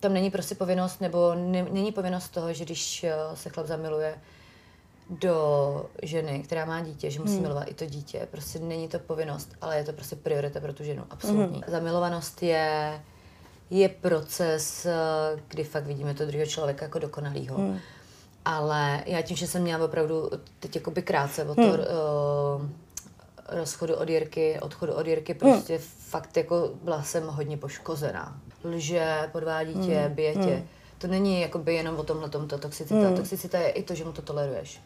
tam není prostě povinnost, nebo není povinnost toho, že když se chlap zamiluje do ženy, která má dítě, že musí milovat i to dítě. Prostě není to povinnost, ale je to prostě priorita pro tu ženu, absolutní. Zamilovanost je proces, kdy fakt vidíme to druhého člověka jako dokonalýho. Ale já tím, že jsem měla opravdu teď jakoby krátce od toho odchodu od Jirky, prostě fakt jako byla jsem hodně poškozená. Lže, podvádí tě, bije tě. To není jakoby jenom o tomhletom, to toxicita. Toxicita je i to, že mu to toleruješ.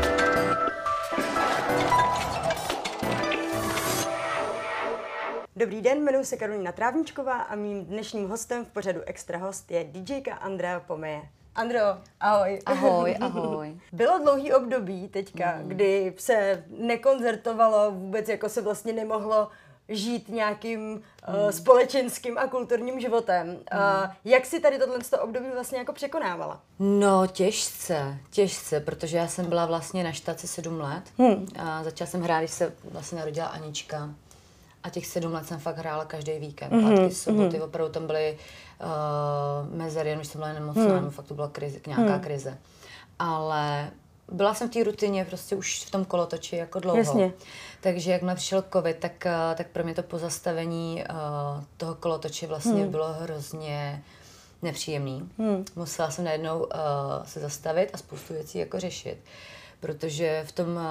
Dobrý den, jmenuji se Karolína Trávničková a mým dnešním hostem v pořadu Extra host je DJka Andrea Pomeje. Andro, ahoj. Ahoj. Bylo dlouhý období teďka, kdy se nekoncertovalo, vůbec jako se vlastně nemohlo žít nějakým společenským a kulturním životem. Jak si tady tohle období vlastně jako překonávala? No těžce, protože já jsem byla vlastně na štaci 7 let. A začala jsem hrát, když se vlastně narodila Anička. A těch 7 let jsem fakt hrála každý víkend. Pátky, soboty, opravdu tam byly mezery, když jsem byla nemocná, fakt to byla nějaká krize. Ale byla jsem v té rutině prostě už v tom kolotoči jako dlouho. Jasně. Takže jakmile přišel covid, tak pro mě to pozastavení toho kolotoče vlastně bylo hrozně nepříjemný. Musela jsem najednou se zastavit a spoustu věcí jako řešit. Protože v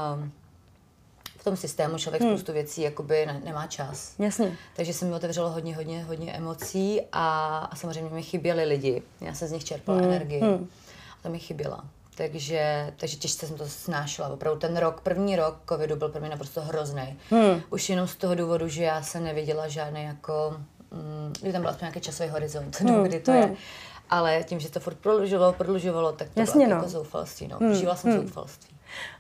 tom systému člověk spoustu věcí jakoby nemá čas. Jasně. Takže se mi otevřelo hodně emocí a samozřejmě mi chyběli lidi. Já jsem z nich čerpala energii. A to mi chyběla. Takže těžce jsem to snášela. Opravdu ten první rok covidu byl pro mě naprosto hrozný. Už jenom z toho důvodu, že já jsem neviděla žádný jako... Kdyby tam byl aspoň nějaký časový horizont, kdy to je. Ale tím, že to furt prodlužovalo, tak to bylo jako zoufalství. Žila jsem zoufalství.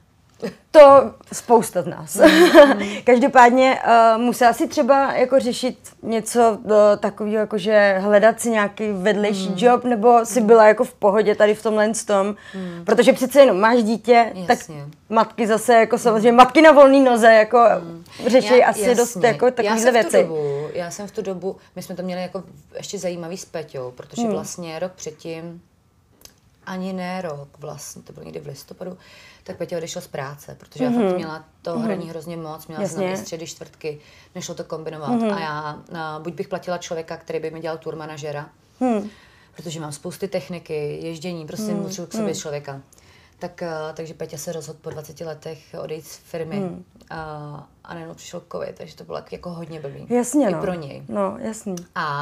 To spousta z nás. Každopádně musela si třeba jako řešit něco takového, jako že hledat si nějaký vedlejší job, nebo si byla jako v pohodě tady v tomhle tom, protože přece jenom máš dítě, tak matky zase jako samozřejmě, matky na volný noze jako řeší asi dost jako takovýhle věci. Já jsem v tu dobu, my jsme to měli jako ještě zajímavý s Peťou, protože vlastně rok předtím, ani ne rok vlastně, to bylo někdy v listopadu, tak Petě odešla z práce, protože já fakt měla to hraní hrozně moc, měla jsem i středy, čtvrtky, nešlo to kombinovat a já buď bych platila člověka, který by mi dělal tour manažera, protože mám spousty techniky, ježdění, prostě potřebuji k sobě člověka. Takže Petě se rozhodl po 20 letech odejít z firmy a najednou přišel covid, takže to bylo jako hodně blbý. Jasně, i pro něj. No, jasně.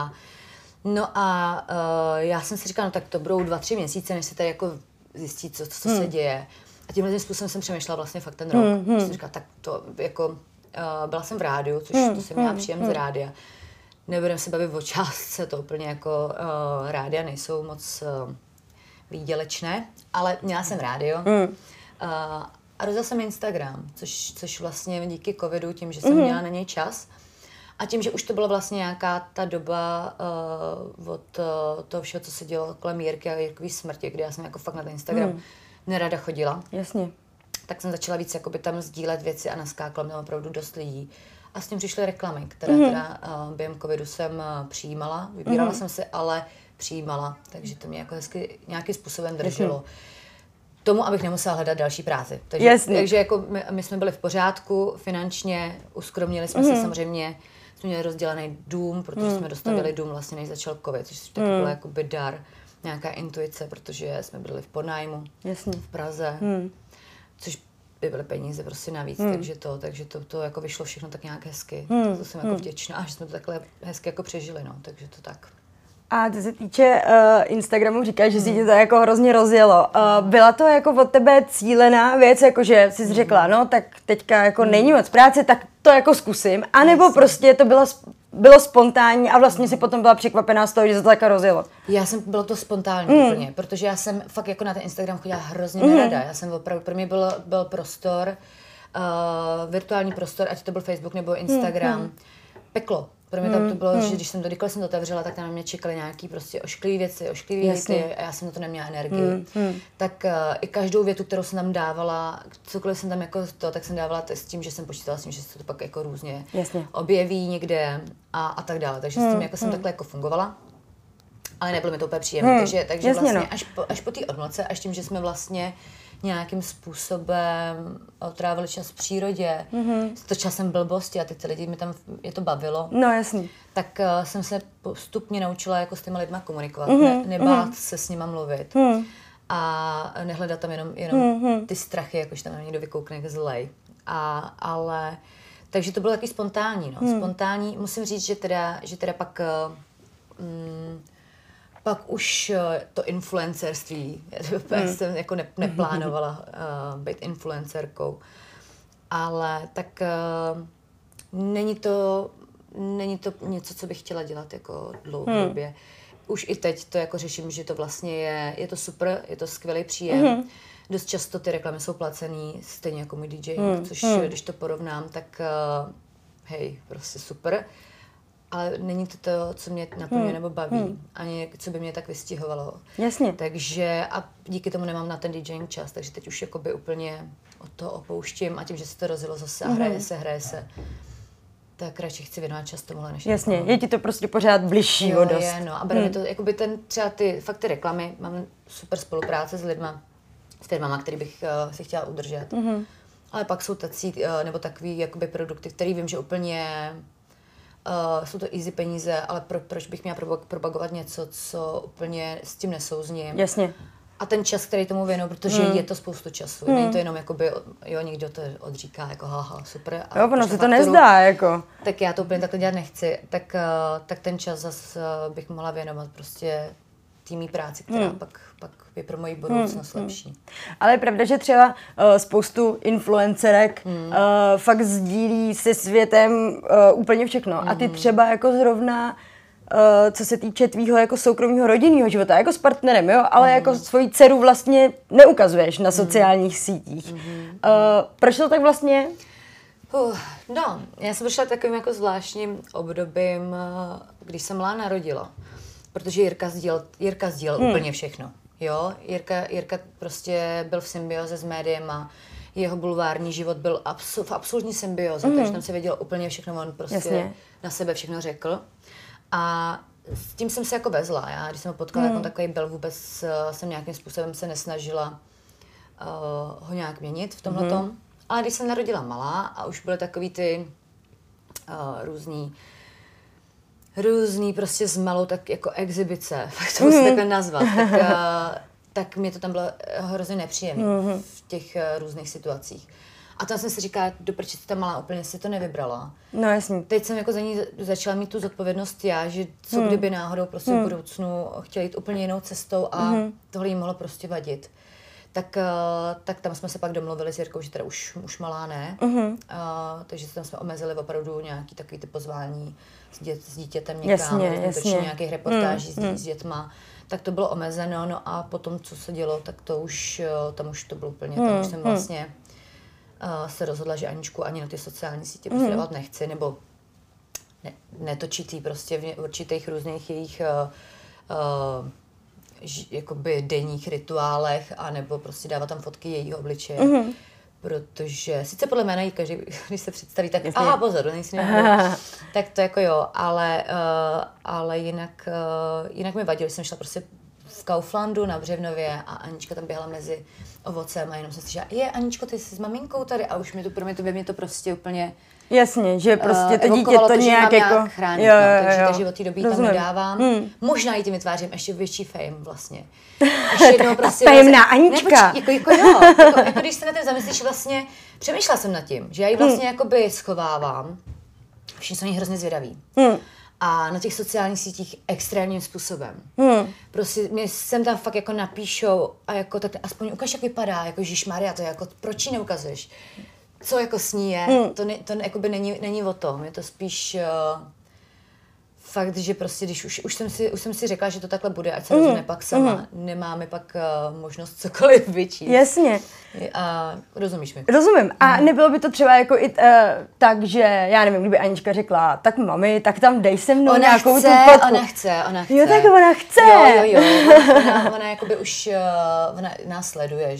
Já jsem si říkala, no tak to budou 2-3 měsíce, než se tady jako zjistí, co se děje. A tímhle způsobem jsem přemýšlela vlastně fakt ten rok. Jsem říkala, tak to jako, byla jsem v rádiu, což to jsem měla příjem z rádia. Nebudeme se bavit o částce, to úplně jako rádia nejsou moc výdělečné, ale měla jsem rádio. A rozjela jsem Instagram, což vlastně díky covidu, tím, že jsem měla na něj čas, a tím, že už to byla vlastně nějaká ta doba od toho všeho, co se dělo kolem Jirky a Jirkový smrti, kdy já jsem jako fakt na ten Instagram nerada chodila. Jasně. Tak jsem začala víc jakoby tam sdílet věci a naskákalo tam opravdu dost lidí. A s tím přišly reklamy, které teda během covidu jsem přijímala. Vybírala jsem si, ale přijímala. Takže to mě jako hezky nějakým způsobem drželo. Tomu, abych nemusela hledat další práci. Takže jako my jsme byli v pořádku finančně, uskromnili jsme se samozřejmě. Jsme měli rozdělený dům, protože jsme dostavili dům vlastně, než začal covid, což taky bylo jakoby dar, nějaká intuice, protože jsme byli v podnájmu v Praze, což by byly peníze prostě navíc, takže to jako vyšlo všechno tak nějak hezky. To jsem jako vděčná, že jsme to takhle hezky jako přežili, no, takže to tak. A co se týče Instagramu, říkáš, že si tě to jako hrozně rozjelo. Byla to jako od tebe cílená věc, jakože jsi řekla, no tak teďka jako není moc práce, tak to jako zkusím. A nebo prostě to bylo spontánní a vlastně si potom byla překvapená z toho, že se to tak rozjelo. Bylo to spontánní úplně, protože já jsem fakt jako na ten Instagram chodila hrozně nerada. Já jsem opravdu, pro mě byl prostor, virtuální prostor, ať to byl Facebook nebo Instagram, peklo. Pro mě tam to bylo, že když jsem kdykoliv jsem to otevřela, tak tam na mě čekaly nějaký prostě ošklivý věci, ošklivý hejty a já jsem na to neměla energii. Tak i každou větu, kterou jsem tam dávala, cokoliv jsem tam jako tak jsem dávala s tím, že jsem počítala s tím, že se to pak jako různě objeví někde a tak dále. Takže s tím jako jsem takhle jako fungovala. ale nebylo mi to úplně příjemné, takže jasně, vlastně no. až po té odmlce, až tím, že jsme vlastně nějakým způsobem trávili čas v přírodě, to časem blbosti a ty lidi mi tam, je to bavilo. No jasný. Tak jsem se postupně naučila jako s těma lidma komunikovat, nebát se s nima mluvit a nehledat tam jenom ty strachy, jakože tam někdo vykoukne jak zlej. Ale takže to bylo taky spontánní, no. Spontánní, musím říct, že teda pak už to influencerství, jsem jako neplánovala být influencerkou, ale tak není to něco, co bych chtěla dělat jako dlouhodobě. Už i teď to jako řeším, že to vlastně je to super, je to skvělý příjem. Dost často ty reklamy jsou placený, stejně jako můj DJing, což když to porovnám, tak hej, prostě super. Ale není to to, co mě naplňuje nebo baví, ani co by mě tak vystihovalo. Jasně. Takže a díky tomu nemám na ten DJing čas, takže teď už jakoby úplně od toho opouštím a tím, že se to rozjelo zase a hraje se, tak radši chci věnovat čas tomuhle než jasně, někomu. je ti to prostě pořád bližší o dost. Je, no a bude mi to, jakoby třeba ty reklamy, mám super spolupráce s lidma, s firmama, který bych si chtěla udržet. Ale pak jsou nebo takový jakoby produkty, který vím, že úplně jsou to easy peníze, ale proč bych měla propagovat něco, co úplně s tím nesouzním. Jasně. A ten čas, který tomu věnuju, protože je to spoustu času. Není to jenom jakoby, někdo to odříká jako haha, super. Jo, ono se to nezdá, jako. Tak já to úplně takhle dělat nechci. Tak ten čas zase bych mohla věnovat prostě týmí práci, která pak je pro moji budoucnost lepší. Ale je pravda, že třeba spoustu influencerek fakt sdílí se světem úplně všechno. A ty třeba jako zrovna, co se týče tvýho jako soukromého rodinného života, jako s partnerem, jo, ale jako svoji dceru vlastně neukazuješ na sociálních sítích. Proč to tak vlastně? No, já jsem prošla takovým jako zvláštním obdobím, když jsem Lá narodila. Protože Jirka sdílel úplně všechno. Jo, Jirka prostě byl v symbioze s médiem, jeho bulvární život byl v absolutní symbioze, takže tam se věděl úplně všechno, on prostě na sebe všechno řekl. A s tím jsem se jako vezla. Já, když jsem ho potkala, jak on takový byl, vůbec jsem nějakým způsobem se nesnažila ho nějak měnit v tomhletom. Ale když jsem narodila Malá a už byly takový ty různý prostě s Malou tak jako exibice, fakt to musím takhle nazvat, tak mě to tam bylo hrozně nepříjemné v těch různých situacích. A tam jsem si říkala, doprčit ta Malá úplně si to nevybrala. No jasně. Teď jsem jako za ní začala mít tu zodpovědnost já, že co kdyby náhodou prostě v budoucnu chtěla jít úplně jinou cestou a tohle jí mohlo prostě vadit. Tak tam jsme se pak domluvili s Jirkou, že teda už Malá ne. Takže tam jsme omezili opravdu nějaký takový ty pozvání s dítětem někam, točení nějakých reportáží s dětma. Tak to bylo omezeno, no a potom, co se dělo, tak to už, tam už to bylo úplně, tam už jsem vlastně se rozhodla, že Aničku ani na ty sociální sítě prostě dávat nechci, nebo netočit jí prostě v určitých různých jejich jakoby denních rituálech, anebo prostě dávat tam fotky jejího obličeje. Protože sice podle jména jí každý, když se představí, tak aha, pozor, nejsi nemohou. Tak to jako jo, ale jinak mi vadilo, že jsem šla prostě v Kauflandu na Břevnově a Anička tam běhala mezi ovocem a jenom jsem si říkala, Aničko, ty jsi s maminkou tady a už mě to prostě úplně jasně, že prostě to dítě to nějak jako chránit, takže od té doby tam nedávám. Možná jí tím vytvářím ještě větší fame vlastně. Tak prostě tajemná Anička. Jako když se na tím zamyslíš, vlastně přemýšlela jsem nad tím, že já ji vlastně jakoby schovávám. Všichni jsou ní hrozně zvědaví. A na těch sociálních sítích extrémním způsobem. Prostě mě sem tam fakt jako napíšou a jako tak aspoň ukaž, jak vypadá, jako Ježišmarja, to jako proč ji neukazuješ? Co jako s ní je, to jakoby není o tom, je to spíš fakt, že prostě, když už jsem si řekla, že to takhle bude, ať se rozhodne pak sama, nemáme pak možnost cokoliv vyčíst. Jasně. A rozumíš mi? Rozumím. A nebylo by to třeba jako i tak, že, já nevím, kdyby Anička řekla, tak mami, tak tam dej se mnou nějakou tu fotku. Ona chce. Jo, tak ona chce. Jo. Ona jakoby už, ona nás sleduje, že jo.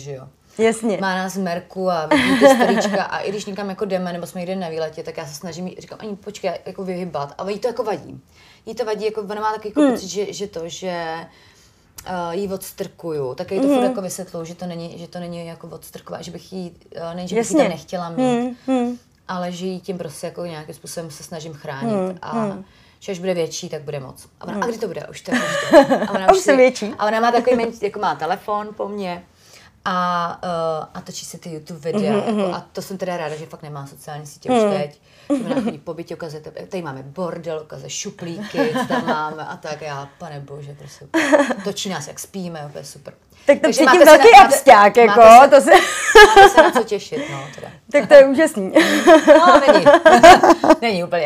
Jasně. Má nás v merku a vidí ty storíčka a i když někam jako jdeme, nebo jsme někde na výletě, tak já se snažím jí, říkám, ani počkej, jako vyhybat. A jí to jako vadí. Jí to vadí, jako ona má taky jako pocit, že jí odstrkuju, tak jí to furt jako vysvětluju, že to není jako odstrková, že bych jí, že bych jí tam nechtěla mít, ale že jí tím prostě jako nějakým způsobem se snažím chránit a že až bude větší, tak bude moc. A ona, a kdy to bude? Už to. A ona už jsem větší. A ona má takový menší, jako má telefon po mně a točí si ty YouTube videa. Jako, a to jsem teda ráda, že fakt nemá sociální sítě už teď. Že mi chodí po bytě, ukazuje, tady máme bordel, ukazuje šuplíky, co tam máme a tak já, pane bože, prostě točí nás, jak spíme, úplně super. Tak to předtím velký absťák, jako. Máte se na co těšit, no teda. Tak to je úžasný. No, není úplně.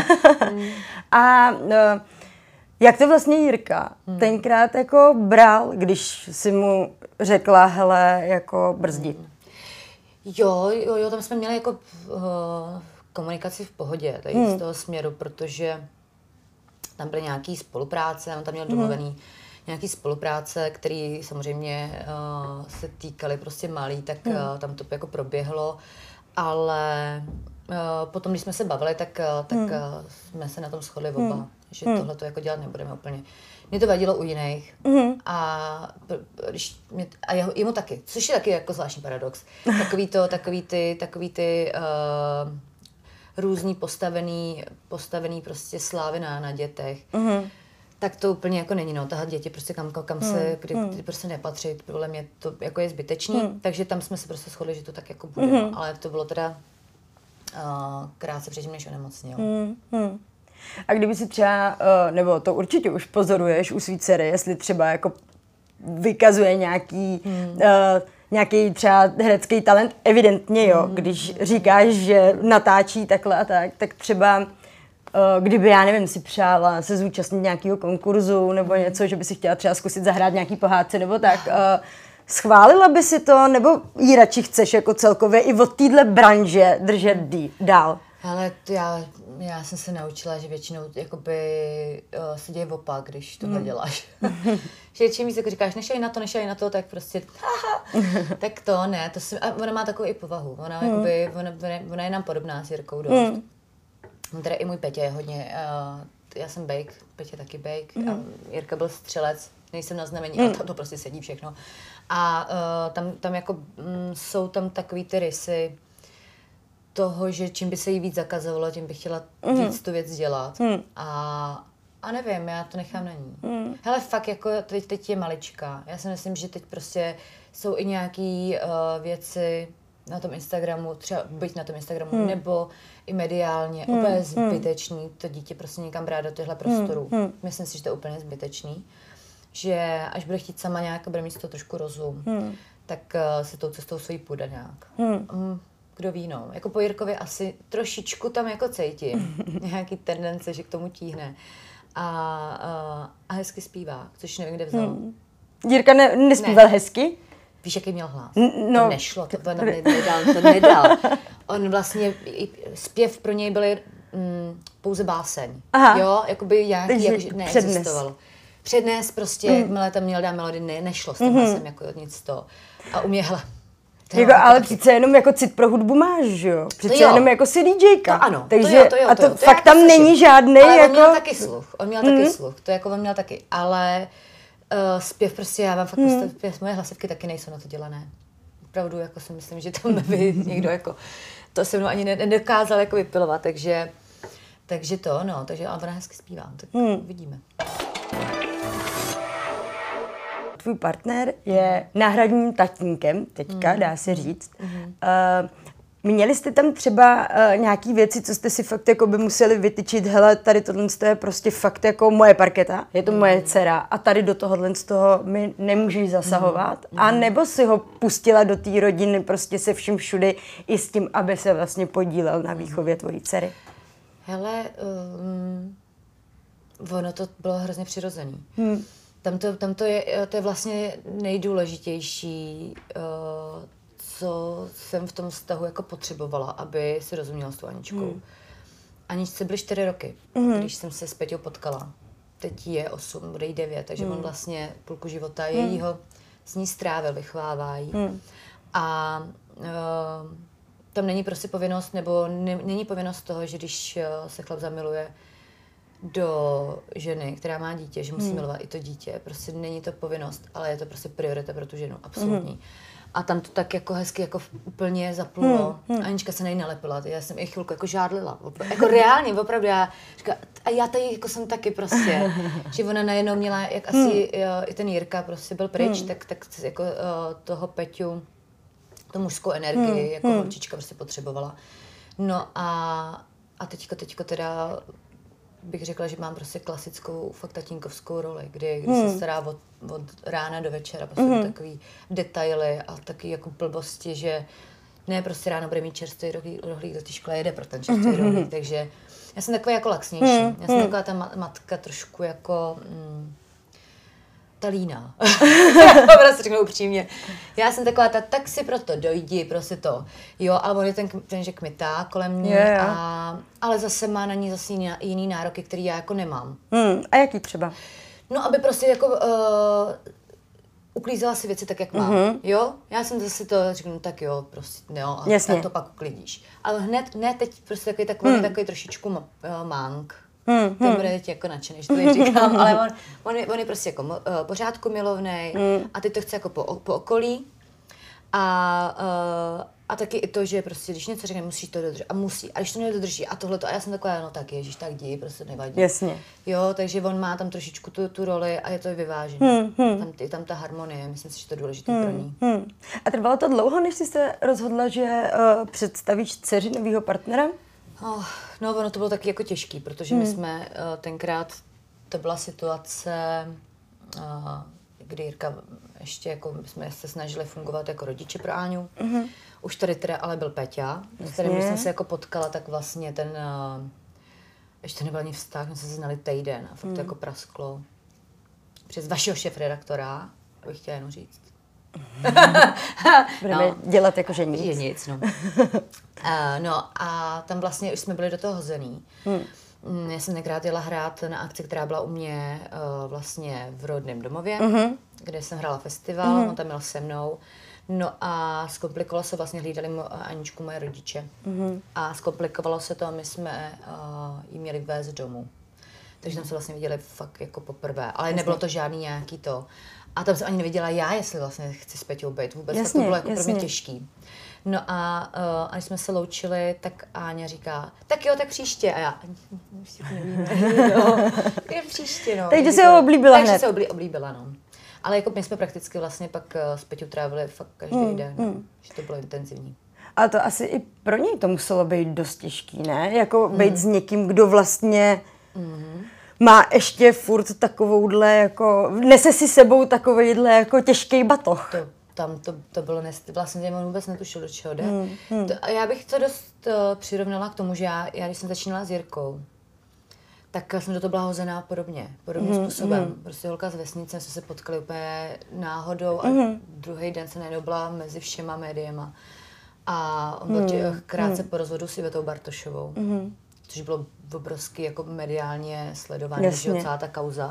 A jak to vlastně Jirka tenkrát jako bral, když si mu řekla, hele, jako brzdit? Jo, tam jsme měli jako komunikaci v pohodě, tady z toho směru, protože tam byly nějaký spolupráce, on tam měl domluvený nějaký spolupráce, které samozřejmě se týkaly prostě malý, tak tam to jako proběhlo, ale potom, když jsme se bavili, tak jsme se na tom shodli oba, že tohle to jako dělat nebudeme úplně. Mě to vadilo u jiných a jemu taky, což je taky jako zvláštní paradox. Takový ty různý postavený prostě slávy na dětech. Tak to úplně jako není, no, tahat děti prostě kam se, kdy prostě nepatří, podle mě to jako je zbytečný, takže tam jsme se prostě shodli, že to tak jako bude, no, ale to bylo teda krátce předtím, než onemocněl. A kdyby si třeba, nebo to určitě už pozoruješ u svý dcery, jestli třeba jako vykazuje nějaký třeba herecký talent, evidentně jo, když říkáš, že natáčí takhle a tak třeba kdyby, já nevím, si přála se zúčastnit nějakého konkurzu nebo něco, že by si chtěla třeba zkusit zahrát nějaký pohádce nebo tak, schválila by si to, nebo ji radši chceš jako celkově i od téhle branže držet dál? Ale já jsem se naučila, že většinou jakoby se děje opak, když tohle děláš. Že čím víc jako říkáš, nešej na to, tak prostě tak to ne, a ona má takovou i povahu, ona je nám podobná s Jirkou dost. Teda i můj Petě je hodně, já jsem bejk, Petě taky bejk, a Jirka byl střelec, nejsem na znamení, a to prostě sedí všechno. A tam jako jsou tam takový ty rysy toho, že čím by se jí víc zakazovalo, tím by chtěla víc tu věc dělat. A nevím, já to nechám na ní. Hele, fakt jako teď je malička. Já si myslím, že teď prostě jsou i nějaký věci na tom Instagramu, třeba být na tom Instagramu, nebo i mediálně, úplně zbytečný to dítě prostě někam brát do těchto prostorů. Myslím si, že to je úplně zbytečný. Že až bude chtít sama nějak, bude mít z toho trošku rozum, tak se tou cestou svojí půjde nějak. Kdo ví, no. Jako po Jirkovi asi trošičku tam jako cítím. Nějaký tendence, že k tomu tíhne. A hezky zpívá, což nevím, kde vzal. Jirka nespíval hezky? Víš, jaký měl hlas? No. To nešlo, to nedal. On vlastně, zpěv pro něj byly pouze báseň. Aha. Jo, jakoby nějaký, jakože neexistovalo. Přednes prostě, jakmile tam měl dát melodii, nešlo s tím hlasem, jako nic to. A u mě, hele, jako, ale přece jenom jako cit pro hudbu máš, že jo? Přece jenom jako si DJka. To ano, takže, to jo. A to fakt tam není žádnej ale jako... on měl taky sluch, to jako on měl taky, ale zpěv prostě, já vám fakt moje hlasivky taky nejsou na to dělané. Opravdu, jako si myslím, že tam by někdo jako, to se mnou ani nedokázal jako vypilovat, takže to, no, takže ale ona hezky zpívá, tak vidíme. Tvůj partner je náhradním tatínkem teďka, dá se říct. Měli jste tam třeba nějaký věci, co jste si fakt jako by museli vytyčit, hele, tady tohle je prostě fakt jako moje parketa, je to moje dcera a tady do tohohle z toho mi nemůžeš zasahovat, a nebo si ho pustila do té rodiny prostě se vším všudy i s tím, aby se vlastně podílel na výchově tvojí dcery? Hele, ono to bylo hrozně přirozený. Tam to je vlastně nejdůležitější, co jsem v tom vztahu jako potřebovala, aby si rozuměla s tou Aničkou. Aničce byly 4 roky, když jsem se s Peťou potkala. Teď je 8, bude jí 9, takže on vlastně půlku života jejího s ní strávil, vychovává jí. A tam není prostě povinnost, nebo není povinnost toho, že když se chlap zamiluje do ženy, která má dítě, že musí milovat i to dítě. Prostě není to povinnost, ale je to prostě priorita pro tu ženu, absolutní. A tam to tak jako hezky jako úplně zaplulo. Anička se nenalepila, já jsem i chvilku jako žádlila. Jako reálně, opravdu. Já říkala, a já tady jako jsem taky prostě. Že ona najednou měla, jak asi i ten Jirka prostě byl pryč, tak jako toho Peťu, tu mužskou energii, jako holčička prostě potřebovala. No a teďko teda bych řekla, že mám prostě klasickou fakt tatínkovskou roli, kdy se stará od rána do večera, prostě takový detaily a taky jako blbosti, že ne prostě ráno bude mít čerstvý rohlík, do té školy jede pro ten čerstvý rohlík, takže já jsem taková jako laxnější, já jsem taková ta matka trošku jako ta líná. Prostě řeknu upřímně. Já jsem taková ta, tak si proto dojdi, prostě to. Jo, ale on je ten že kmitá kolem mě, ale zase má na ní zase jiný nároky, který já jako nemám. A jaký třeba? No, aby prostě jako uklízela si věci tak, jak mám. Jo? Já jsem zase to řeknu, tak jo, prostě, jo, a to pak uklidíš. Ale hned, ne teď prostě takový trošičku mank. Ten bude teď jako nadšený, že to teď říkám, ale on je prostě jako pořádku milovnej a teď to chce jako po okolí a taky i to, že prostě když něco řekne, musíš to dodržet a musí. A když to nedodrží a tohleto, a já jsem taková, no tak ježiš, tak jdi, prostě nevadí. Jasně. Jo, takže on má tam trošičku tu roli a je to i vyvážené. Je tam ta harmonie, myslím si, že to je důležité pro ní. A trvalo to dlouho, než jsi se rozhodla, že představíš dceři novýho partnera? No, ono to bylo taky jako těžký, protože my jsme tenkrát, to byla situace, kdy Jirka ještě jako jsme se snažili fungovat jako rodiče pro Áňu. Už tady teda ale byl Peťa, s kterým jsem se jako potkala, tak vlastně ten, ještě nebyl ani vztah, my jsme se znali týden a fakt to jako prasklo. Přes vašeho šéfredaktora, abych chtěla jenom říct. Budeme dělat jako, že nic. Je nic, no. No a tam vlastně už jsme byli do toho hozený. Já jsem tenkrát jela hrát na akci, která byla u mě vlastně v rodném domově, kde jsem hrála festival, on tam měl se mnou. No a zkomplikovalo se, vlastně hlídali Aničku moje rodiče. A zkomplikovalo se to a my jsme jí měli vést domů. Takže tam se vlastně viděli fakt jako poprvé, ale nebylo to žádný nějaký to. A tam jsem ani nevěděla já, jestli vlastně chci s Peťou být vůbec, tak to bylo jako pro mě těžký. No a když jsme se loučili, tak Áňa říká, tak jo, tak příště. A já, už nevíme, jo, je příště, no. Takže se ho oblíbila hned. Takže se oblíbila, no. Ale jako my jsme prakticky vlastně pak s Peťou trávili fakt každý den, že to bylo intenzivní. Ale to asi i pro něj to muselo být dost těžký, ne? Jako být s někým, kdo vlastně má ještě furt takovouhle jako, nese si sebou takovejhle jako těžký batoh. To bylo, vlastně on vůbec netušil, do čeho jde. A já bych to dost přirovnala k tomu, že já když jsem začínala s Jirkou, tak jsem do toho byla hozená podobným způsobem. Prostě holka z vesnice, jsme se potkali úplně náhodou a druhý den se najednou byla mezi všema médiema. A on byl krátce po rozvodu s Ivetou Bartošovou, což bylo obrovsky jako mediálně sledované, že celá ta kauza.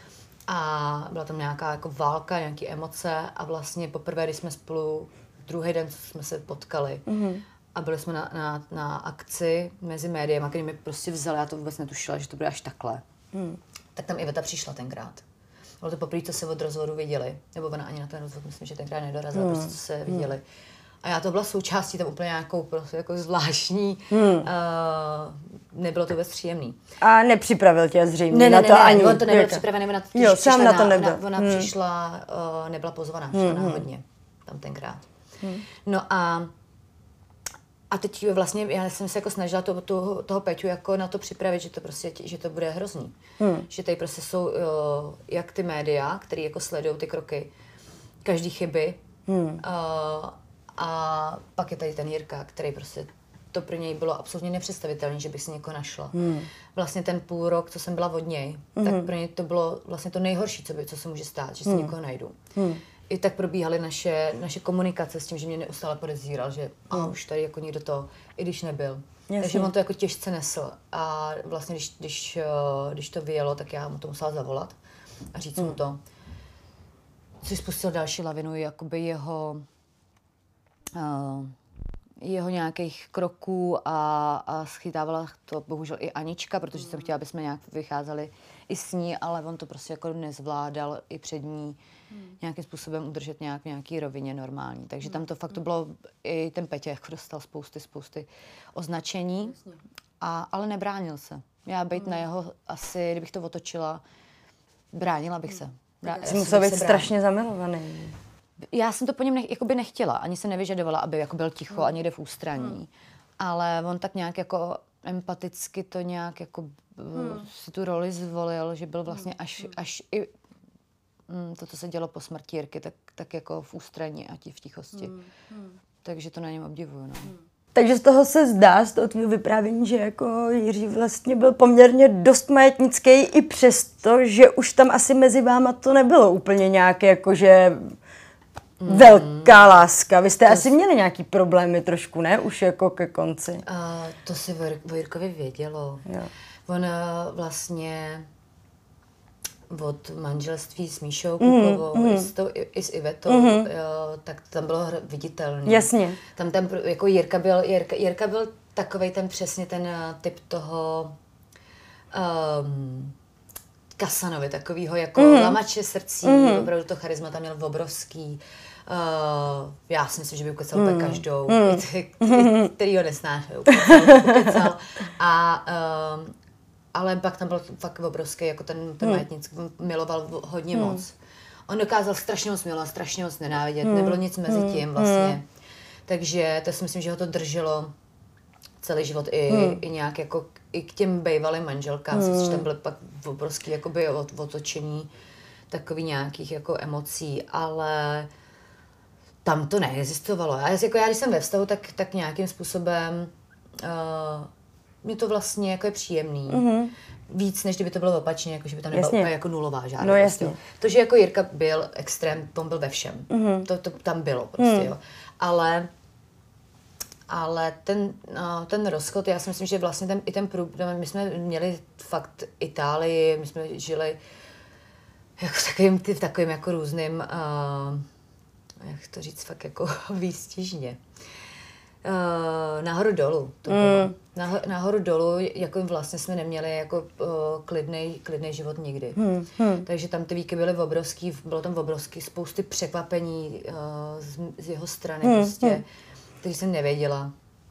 A byla tam nějaká jako válka, nějaké emoce a vlastně poprvé, když jsme spolu, druhý den jsme se potkali a byli jsme na akci mezi médiem, který mi prostě vzali, já to vůbec netušila, že to bude až takhle. Tak tam Iveta přišla tenkrát. Bylo to poprvé, co se od rozvodu viděli, nebo ona ani na ten rozvod, myslím, že tenkrát nedorazila, prostě co se viděli. A já to byla součástí tam úplně nějakou prostě jako zvláštní, nebylo to vůbec příjemný. A nepřipravil tě zřejmě na to ani. On to nebyl připravený, ona přišla, nebyla pozvaná, přišla náhodně tam tenkrát. No a teď vlastně já jsem se jako snažila toho Peťu jako na to připravit, že to prostě, že to bude hrozný. Že tady prostě jsou jak ty média, který jako sledují ty kroky, každý chyby. A pak je tady ten Jirka, který prostě, to pro něj bylo absolutně nepředstavitelné, že bych si někoho našla. Vlastně ten půl rok, co jsem byla od něj, tak pro něj to bylo vlastně to nejhorší, co se může stát, že si někoho najdu. I tak probíhaly naše komunikace s tím, že mě neustále podezíral, že už tady jako někdo to, i když nebyl. Jasně. Takže on to jako těžce nesl. A vlastně, když to vyjelo, tak já mu to musela zavolat a říct mu to. Což spustil další lavinu, jakoby jeho jeho nějakých kroků a schytávala to bohužel i Anička, protože jsem chtěla, aby jsme nějak vycházeli i s ní, ale on to prostě jako nezvládal i před ní nějakým způsobem udržet v nějaký rovině normální. Takže tam to fakt to bylo, i ten Petě jako dostal spousty označení, ale nebránil se. Já být na jeho, asi, kdybych to otočila, bránila bych se. Jsi musel být strašně zamilovaný. Já jsem to po něm nechtěla, ani se nevyžadovala, aby jako byl ticho a někde v ústraní. Ale on tak nějak jako empaticky to nějak jako si tu roli zvolil, že byl vlastně až i to, co se dělo po smrti Jirky, tak jako v ústraní a v tichosti. Takže to na něm obdivuju. No. Takže z toho se zdá, z toho tvýho vyprávění, že jako Jiří vlastně byl poměrně dost majetnický i přesto, že už tam asi mezi váma to nebylo úplně nějaké jakože velká láska. Vy jste asi měli nějaký problémy trošku, ne? Už jako ke konci. To si o Jirkovi vědělo. Jo. On vlastně od manželství s Míšou Kuklovou i s Ivetou, tak tam bylo viditelné. Jasně. Tam jako Jirka byl takovej ten přesně ten typ toho Kasanovi, takovýho jako lamače srdcí, opravdu to charisma tam měl obrovský. Já si myslím, že by ukecal úplně každou, který ho nesnášel, ukecal. Ale pak tam byl fakt obrovský, jako ten majetnic, miloval hodně moc. On dokázal strašně moc milovat, strašně moc nenávidět, nebylo nic mezi tím vlastně. Takže to si myslím, že ho to drželo celý život i nějak jako i k těm bejvalým manželkám, že tam byly pak obrovský jakoby otočení takový nějakých jako emocí, ale tam to neexistovalo. Já když jsem ve vztahu, tak nějakým způsobem mě to vlastně jako je příjemný. Víc, než kdyby to bylo opačně, jako že by tam nebyla úplně jako nulová žádná. No jasně. Prostě. To, že jako Jirka byl extrém, on byl ve všem. To tam bylo prostě, jo. Ale ten rozchod, já si myslím, že vlastně my jsme měli fakt Itálii, my jsme žili jako v takovým jako různým, jak to říct, fakt jako výstižně. Nahoru dolů to bylo. Nahoru dolů, jako vlastně jsme neměli jako klidnej život nikdy. Takže tam ty víky byly obrovský, bylo tam obrovský spousty překvapení z jeho strany prostě, který jsem nevěděla.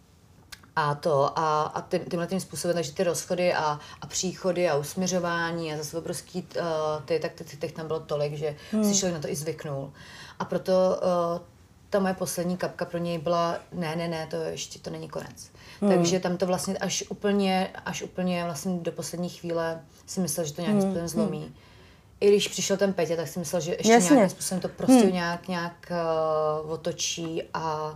A tímhle tím způsobem, takže ty rozchody a příchody a usměřování a zase obrovský tak těch tam bylo tolik, že si člověk na to i zvyknul. A proto ta moje poslední kapka pro něj byla ne, to není konec. Takže tam to vlastně až úplně vlastně do poslední chvíle si myslel, že to nějakým způsobem zlomí. I když přišel ten Petě, tak si myslel, že ještě nějakým způsobem to prostě nějak otočí a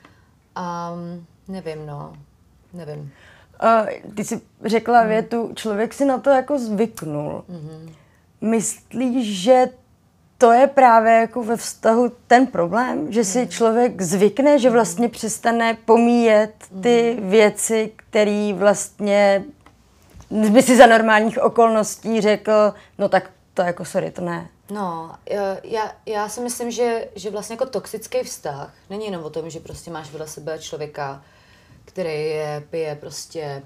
nevím. Ty jsi řekla větu, člověk si na to jako zvyknul. Myslíš, že to je právě jako ve vztahu ten problém, že si člověk zvykne, že vlastně přestane pomíjet ty věci, které vlastně by si za normálních okolností řekl, no tak to jako sorry, to ne. No, já si myslím, že vlastně jako toxický vztah není jenom o tom, že prostě máš vedle sebe člověka, který pije prostě,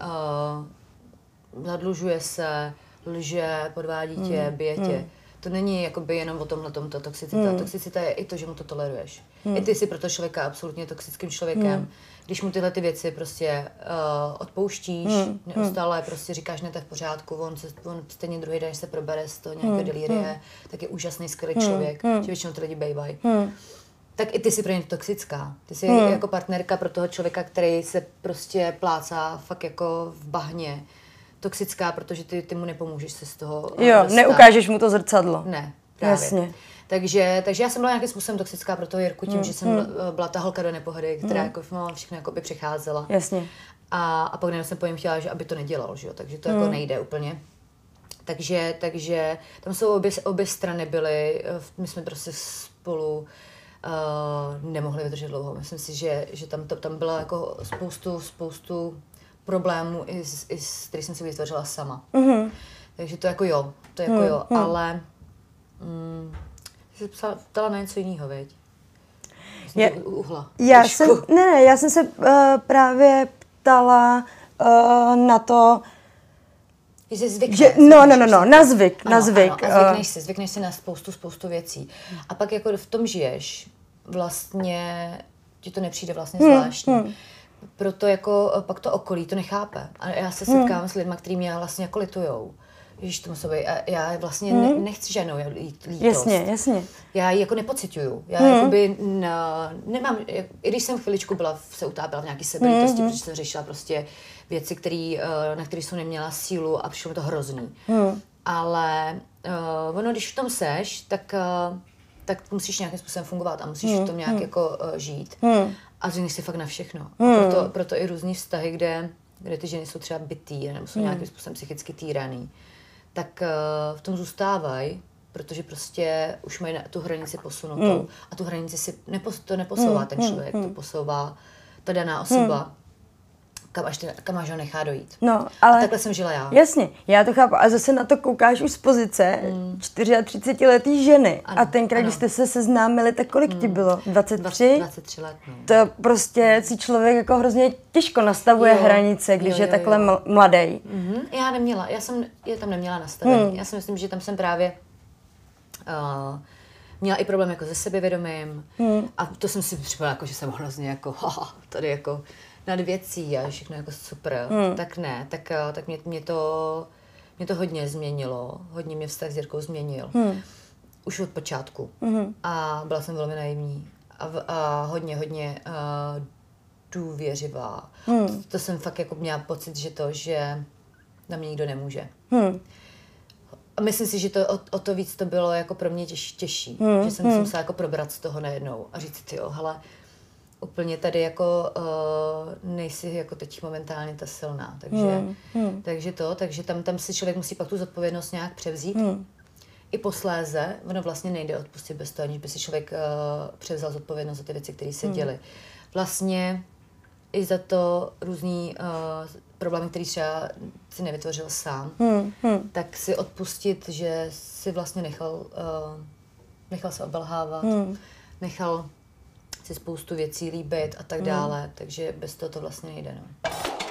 zadlužuje se, lže, podvádí tě, bije tě. To není jakoby jenom o tomhletom ta toxicita. Toxicita je i to, že mu to toleruješ. I ty jsi pro toho člověka absolutně toxickým člověkem. Když mu tyhle ty věci prostě odpouštíš, neustále prostě říkáš, ne, to je v pořádku, on stejně druhý den se probere z toho nějakého delírie, tak je úžasný, skvělý člověk, že většinou ty lidi bejvají. Tak i ty jsi pro ně toxická. Ty jsi jako partnerka pro toho člověka, který se prostě plácá fakt jako v bahně. Toxická, protože ty mu nepomůžeš se z toho dostat. Neukážeš mu to zrcadlo. Ne, právě. Jasně. Takže já jsem byla nějakým způsobem toxická pro toho Jirku tím, že jsem byla ta holka do nepohody, která jako všechno jako by přecházela. Jasně. A pak jsem po něm chtěla, že aby to nedělal, že jo? Takže to jako nejde úplně. Takže tam jsou obě strany byly, my jsme prostě spolu nemohli vydržet dlouho. Myslím si, že tam byla jako spoustu problémů, s který jsem si vytvořila sama. Takže to jako jo, ale jsi ptala na něco jiného, veď? vlastně uhla. Já jsem se právě ptala na to, že zvykneš. Na zvyk. Ano, a zvykneš si na spoustu věcí. A pak jako v tom žiješ, vlastně ti to nepřijde vlastně zvláštní. Proto jako pak to okolí to nechápe. A já se setkám s lidma, kteří mě vlastně jako litujou. Ježiš, to musí být. A já vlastně nechci žádnou lítost. Jasně. Já ji jako nepociťuju. Já jakoby nemám, i když jsem chviličku se utápila v nějaký sebelítosti, protože jsem řešila prostě věci, na které jsem neměla sílu a přišlo mi to hrozný. Ale ono, když v tom seš, tak musíš nějakým způsobem fungovat a musíš v tom nějak jako žít. A zvykneš si fakt na všechno. Proto i různý vztahy, kde ty ženy jsou třeba bitý nebo jsou nějakým způsobem psychicky týraný, tak v tom zůstávají, protože prostě už mají tu hranici posunutou. A tu hranici to neposouvá ten člověk, to posouvá ta daná osoba, kam až ho nechá dojít. No, ale... A takhle jsem žila já. Jasně, já to chápu. A zase na to koukáš už z pozice 34letý ženy. Ano, a tenkrát, když jste se seznámili, tak kolik ti bylo? 23? 23 let, no. To prostě si člověk jako hrozně těžko nastavuje hranice, když je takhle mladý. Já neměla, já jsem je tam neměla nastavení. Já si myslím, že tam jsem právě měla i problém jako se sebevědomím. A to jsem si připadala, jako, že jsem hrozně jako tady jako nad věcí a všechno jako super, tak ne, tak mě to hodně změnilo, hodně mě vztah s Jirkou změnil. Už od počátku. A byla jsem velmi naivní a hodně důvěřivá. To jsem fakt jako měla pocit, že na mě nikdo nemůže. A myslím si, že o to víc to bylo jako pro mě těžší, že jsem se musela jako probrat z toho najednou a říct si, hele, úplně tady jako nejsi jako teď momentálně ta silná, takže tam si člověk musí pak tu zodpovědnost nějak převzít. I posléze, ono vlastně nejde odpustit bez toho, aniž by si člověk převzal zodpovědnost za ty věci, které se děly. Vlastně i za to různý problémy, který třeba si nevytvořil sám, tak si odpustit, že si vlastně nechal se obelhávat, nechal si spoustu věcí líbit a tak dále, takže bez toho to vlastně nejde. No.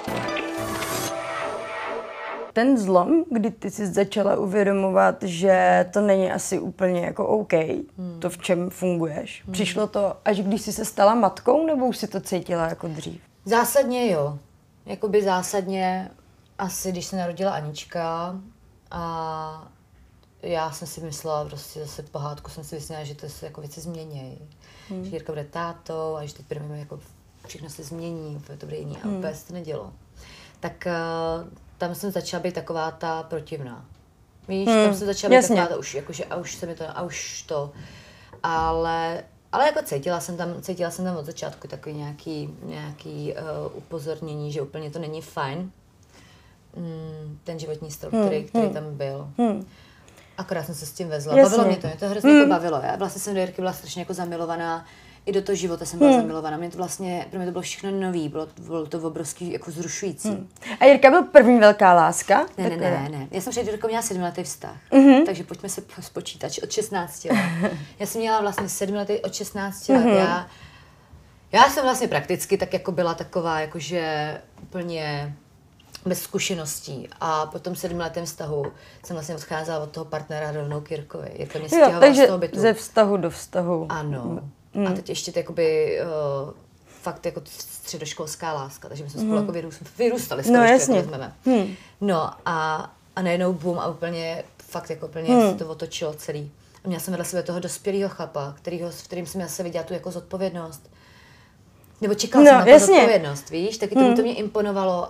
Ten zlom, kdy ty jsi začala uvědomovat, že to není asi úplně jako OK, to v čem funguješ. Přišlo to, až když jsi se stala matkou, nebo už si to cítila jako dřív? Zásadně jo. Jakoby zásadně asi, když se narodila Anička a já jsem si myslela, prostě zase pohádku jsem si myslela, že to se jako věci změnějí. Že Jirka bude tátou a že teď budeme jako všechno se změní, úplně to bude jiný a úplně se to nedělo. Tak tam jsem začala být taková ta protivná. Víš, tam jsem začala být taková ta už, jakože už to. Ale jako cítila jsem tam od začátku takový nějaký upozornění, že úplně to není fajn. Ten životní styl, který tam byl. Akorát jsem se s tím vezla. Bavilo mě to hrozně bavilo. Já vlastně jsem do Jirky byla strašně jako zamilovaná. I do toho života jsem byla zamilovaná. Pro mě to bylo všechno nový, bylo to obrovský jako zrušující. A Jirka byl první velká láska? Ne. Já jsem před Jirkou měla 7letý vztah. Takže pojďme se spočítat, od 16 let. Já jsem měla vlastně 7letý od 16 let. Já jsem vlastně prakticky tak jako byla taková, jakože úplně bez zkušeností. A po tom 7letém vztahu jsem vlastně odcházela od toho partnera rovnou k Jirkovi. Jirka mě stěhovala z toho bytu. Ze vztahu do vztahu. Ano. A teď ještě to jakoby fakt jako středoškolská láska, takže my jsme spolu jako vyrůstali skoro, ještě jako vezmeme. No a najednou boom a úplně fakt jako úplně se to otočilo celý. A měla jsem vedle sebe toho dospělého chlapa, v kterým jsem zase viděla tu jako zodpovědnost. Nebo čekala jsem na tu zodpovědnost, víš? Taky to mě imponovalo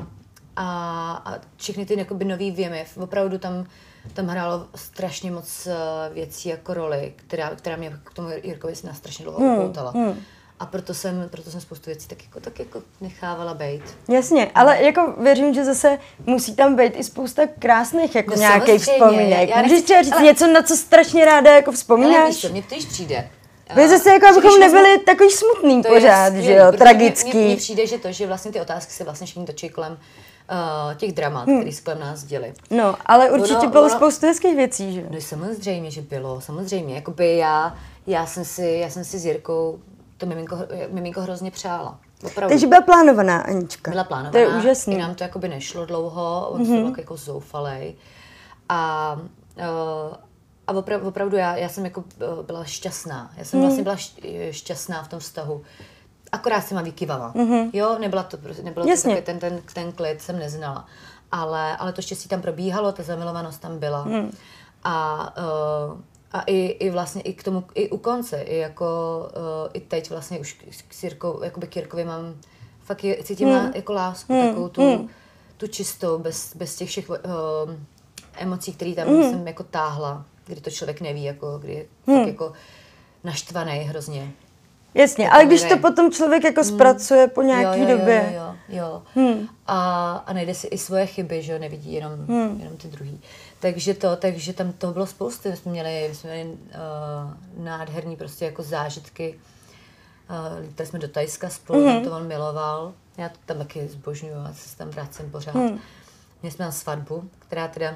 a všechny ty jakoby nový věmy, opravdu tam hrálo strašně moc věcí jako roli, která mě k tomu Jirkovi na strašně dlouho upoutala. A proto jsem spoustu věcí tak jako nechávala bejt. Jasně, ale jako věřím, že zase musí tam být i spousta krásných jako nějakých vzpomínek. Můžeš třeba říct něco, na co strašně ráda jako vzpomínáš? Ale víš co, mně to již přijde. Vy zase jako abychom nebyli takový smutný pořád, že jo, tragický. Mně přijde, že vlastně ty otázky se vlastně všichni točí kolem těch dramat, které se kolem nás děli. No, ale určitě bylo spoustu hezkých věcí, že jo? No samozřejmě, že bylo, samozřejmě. Jakoby já jsem si s Jirkou to miminko hrozně přála. Opravdu. Takže byla plánovaná Anička. Byla plánovaná. To je úžasný. I nám to jakoby nešlo dlouho, on byl jako zoufalej. A opravdu já jsem jako byla šťastná. Já jsem vlastně byla šťastná v tom vztahu. Akorát jsem vykyvala. Jo, nebylo to taky ten klid jsem neznala. Ale to štěstí tam probíhalo, ta zamilovanost tam byla. A i vlastně i k tomu, i u konce, i jako i teď vlastně už k Jirkovi mám fakt cítím jako lásku, takovou tu čistou, bez těch všech emocí, které tam jsem jako táhla, kdy to člověk neví, jako, kdy je fakt jako naštvaný hrozně. Jasně, ale když to potom člověk jako zpracuje po nějaký době. Jo. A najde si i svoje chyby, že jo, nevidí jenom ty druhý. Takže tam toho bylo spoustu. My jsme měli nádherný prostě jako zážitky. Lítali jsme do Thajska spolu, tam to on miloval. Já to tam taky zbožňuju, já se tam vracím pořád. Měli jsme tam svatbu, která teda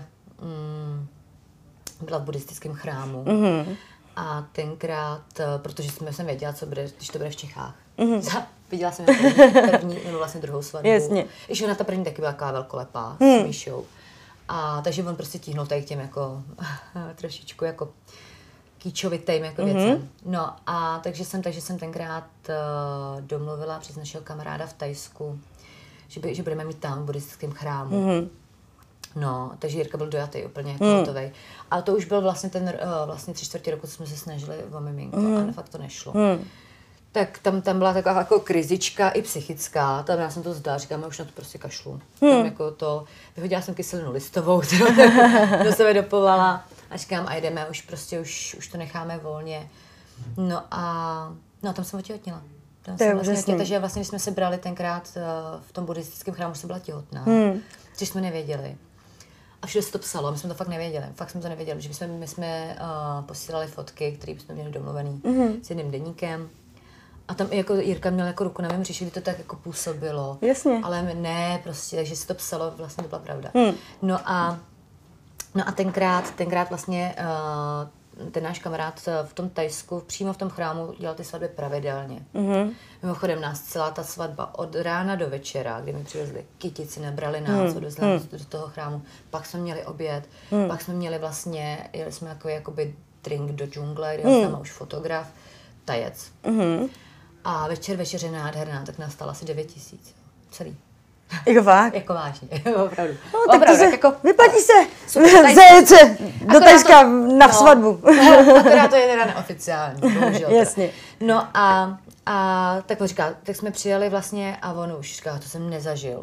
byla v buddhistickém chrámu. A tenkrát, protože jsem věděla, co bude, když to bude v Čechách. Viděla jsem první, nebo vlastně druhou svatbu. Jasně. Ještě ona ta první taky byla taková velkolepá s Míšou. A takže on prostě tíhnul tady k těm jako trošičku jako kýčovitým jako věcem. No a takže jsem tenkrát domluvila přes našeho kamaráda v Thajsku, že budeme mít tam v buddhistickém chrámu. No, takže Jirka byl dojatý úplně jako hotovej. Ale to už byl vlastně ten vlastně 3/4 roku, co jsme se snažili o miminko, ale fakt to nešlo. Tak tam byla taková jako krizička i psychická, tam já jsem to zdala, říkám, už na to prostě kašlu. Tam jako to, vyhodila jsem kyselinu listovou, kterou do sebe dopovala a říkám, a jdeme, už to necháme volně. No a tam jsem otěhotněla. Takže vlastně, když jsme se brali tenkrát v tom buddhistickém chrámu, jsem byla těhotná, což jsme nevěděli. A všude se to psalo, my jsme to fakt nevěděli, že my jsme posílali fotky, které jsme měli domluvený s jedním deníkem. A tam i jako Jirka měl jako ruku na mém břiše, kdy to tak jako působilo. Jasně. Ale ne, prostě, takže se to psalo, vlastně to byla pravda. No a tenkrát vlastně ten náš kamarád v tom Thajsku, přímo v tom chrámu, dělal ty svatby pravidelně. Mimochodem nás celá ta svatba od rána do večera, kdy mi přivezli kytici, nabrali nás, odvezli nás do toho chrámu, pak jsme měli oběd, pak jsme měli vlastně, jeli jsme jakoby drink do džungle, kde byl tam už fotograf, tajec. A večeře nádherná, tak nás stalo asi 9 000. Celý. Jako fakt? Jako vážně, opravdu. No, tak opravdu, to se, jako, vyplatí se zajet se do Thajska na svatbu. Akorát to je teda neoficiální, bohužel. Jasně. No a tak on říká, tak jsme přijeli vlastně a on už říká, to jsem nezažil.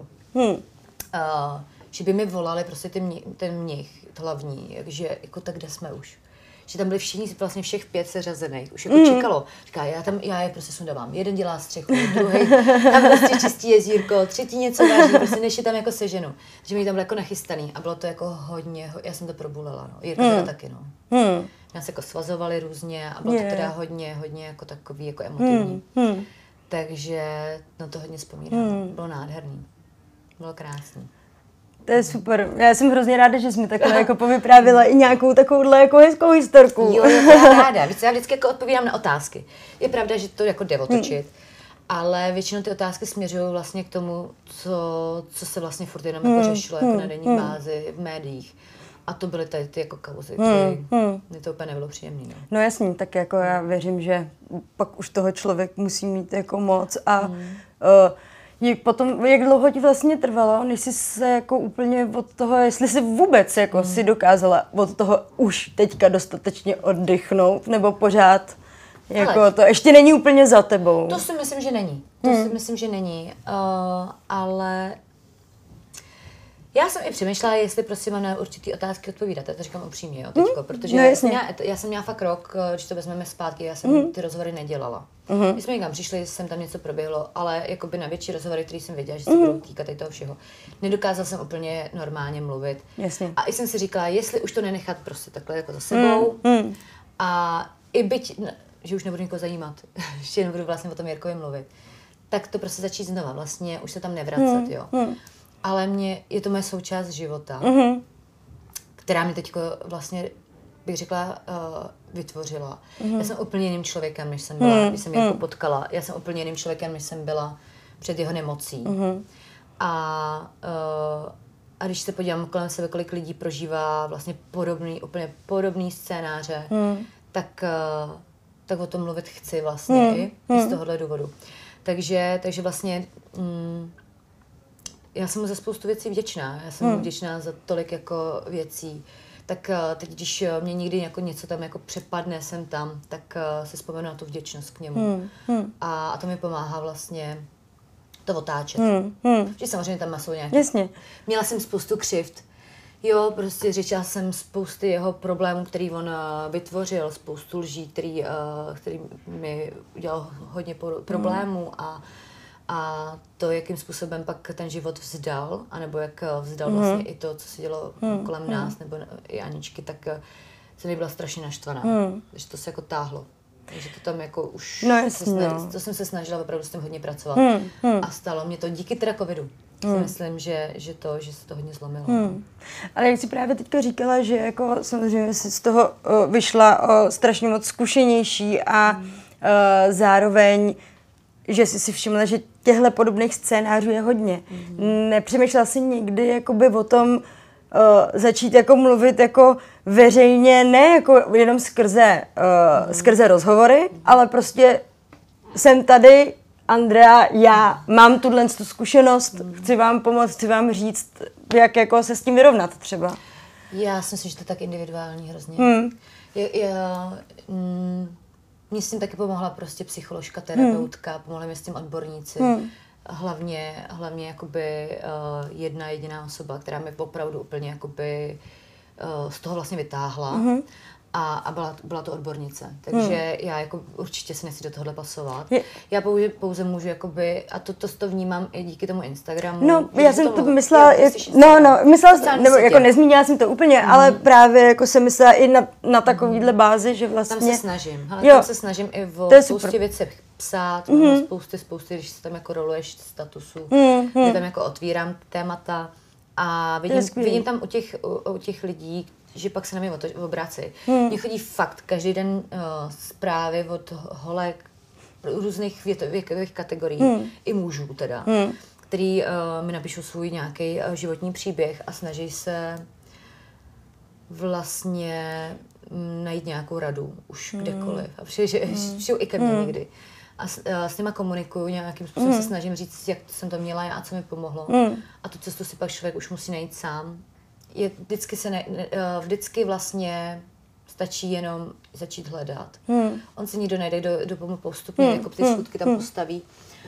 Že by mi volali prostě ten mnich hlavní, že jako tak kde jsme už. Že tam byli všichni, vlastně všech 5 seřazených, už jako čekalo. Říká, já je prostě sundávám. Jeden dělá střechu, druhý tam prostě čistí jezírko, třetí něco váží, prostě než je tam jako seženu. Že mi tam bylo jako nachystaný a bylo to jako hodně, já jsem to probulela, no. Jirka teda taky, no. Nás jako svazovali různě a bylo to teda hodně jako takový jako emotivní. Takže na to hodně vzpomínám. Bylo nádherný. Bylo krásný. To je super. Já jsem hrozně ráda, že jsi mi takhle jako povyprávila i nějakou takovouhle jako hezkou historku. Jo, já ráda. Víc, já vždycky jako odpovídám na otázky. Je pravda, že to jako jde otočit, ale většinou ty otázky směřují vlastně k tomu, co se vlastně furt jenom jako řešilo jako na denní bázi v médiích. A to byly tady ty jako kauzy, které to úplně nebylo příjemné. No. No jasně, tak jako já věřím, že pak už toho člověk musí mít jako moc a jak dlouho ti vlastně trvalo, než jsi se jako úplně od toho, jestli jsi vůbec jako si dokázala od toho už teďka dostatečně oddychnout, nebo pořád jako ale to ještě není úplně za tebou? To si myslím, že není. Ale já jsem i přemýšlela, jestli prostě mám na určitý otázky odpovídat. Já to říkám upřímně, jo, teďko, protože já jsem měla fakt rok, když to vezmeme zpátky, já jsem ty rozhovory nedělala. Když jsme někam přišli, jsem tam něco proběhlo, ale jakoby na větší rozhovory, který jsem věděla, že se budou týkat tady toho všeho. Nedokázala jsem úplně normálně mluvit. Jasně. A i jsem si říkala, jestli už to nenechat prostě takhle jako za sebou a i byť, že už nebudu nikoho zajímat, že nebudu vlastně o tom Jirkovi mluvit, tak to prostě začít znova, vlastně už se tam nevracet, jo. Ale je to moje součást života, která mi teďko vlastně, bych řekla, vytvořila. Já jsem úplně jiným člověkem, než jsem byla, když jsem Jirku potkala. Já jsem úplně jiným člověkem, než jsem byla před jeho nemocí. A když se podívám kolem sebe, kolik lidí prožívá vlastně úplně podobný scénáře, tak o tom mluvit chci vlastně i z tohohle důvodu. Takže vlastně já jsem mu za spoustu věcí vděčná. Já jsem mu vděčná za tolik jako věcí. Tak teď, když mě někdy jako něco tam jako přepadne sem tam, tak si vzpomenu na tu vděčnost k němu. A to mi pomáhá vlastně to otáčet. Že samozřejmě tam jsou nějaké. Jasně. Měla jsem spoustu křivd. Jo, prostě řečila jsem spousty jeho problémů, který on vytvořil, spoustu lží, který mi udělal hodně problémů a to, jakým způsobem pak ten život vzdal, anebo jak vzdal vlastně i to, co se dělo kolem nás, nebo i Aničky, tak jsem byla strašně naštvaná, že to se jako táhlo. Takže to tam jako už, to jsem se snažila opravdu s tím hodně pracovat. A stalo mě to díky teda covidu. Si myslím, že se to hodně zlomilo. Ale jak jsi právě teďka říkala, že jako samozřejmě jsi z toho vyšla strašně moc zkušenější a zároveň, že jsi si všimla, že těchto podobných scénářů je hodně. Nepřemýšlela jsi někdy jakoby o tom začít jako mluvit jako veřejně, ne jako jenom skrze rozhovory, ale prostě jsem tady, Andrea, já mám tu zkušenost, chci vám pomoct, chci vám říct, jak jako se s tím vyrovnat třeba. Já si myslím, že to je tak individuální hrozně. Mně s tím taky pomohla prostě psycholožka, terapeutka, pomohly mi s tím odborníci. Hlavně jakoby jedna jediná osoba, která mi opravdu úplně jakoby z toho vlastně vytáhla. A byla to odbornice. Takže já jako určitě se nechci do tohohle pasovat. Já pouze můžu jakoby, a to vnímám i díky tomu Instagramu. No, já jsem to myslela, jako nezmínila jsem to úplně, ale právě jako jsem myslela i na takovýhle bázi, že vlastně... Tam se snažím. Tam se snažím i o spoustě věcech psát, spousty, když se tam jako roluješ statusů, kde tam jako otvírám témata a vidím tam u těch lidí, že pak se na mě obrací. Mně chodí fakt každý den zprávy od holek různých věkových kategorií, i mužů teda, který mi napíšou svůj nějaký životní příběh a snaží se vlastně najít nějakou radu už kdekoliv. A přijdu i ke mně někdy. A s nima komunikuju, nějakým způsobem se snažím říct, jak jsem to měla a co mi pomohlo. A tu cestu si pak člověk už musí najít sám. Vždycky vlastně stačí jenom začít hledat. On se nikdo najde, kdo mu postupně jako ty skutky tam postaví,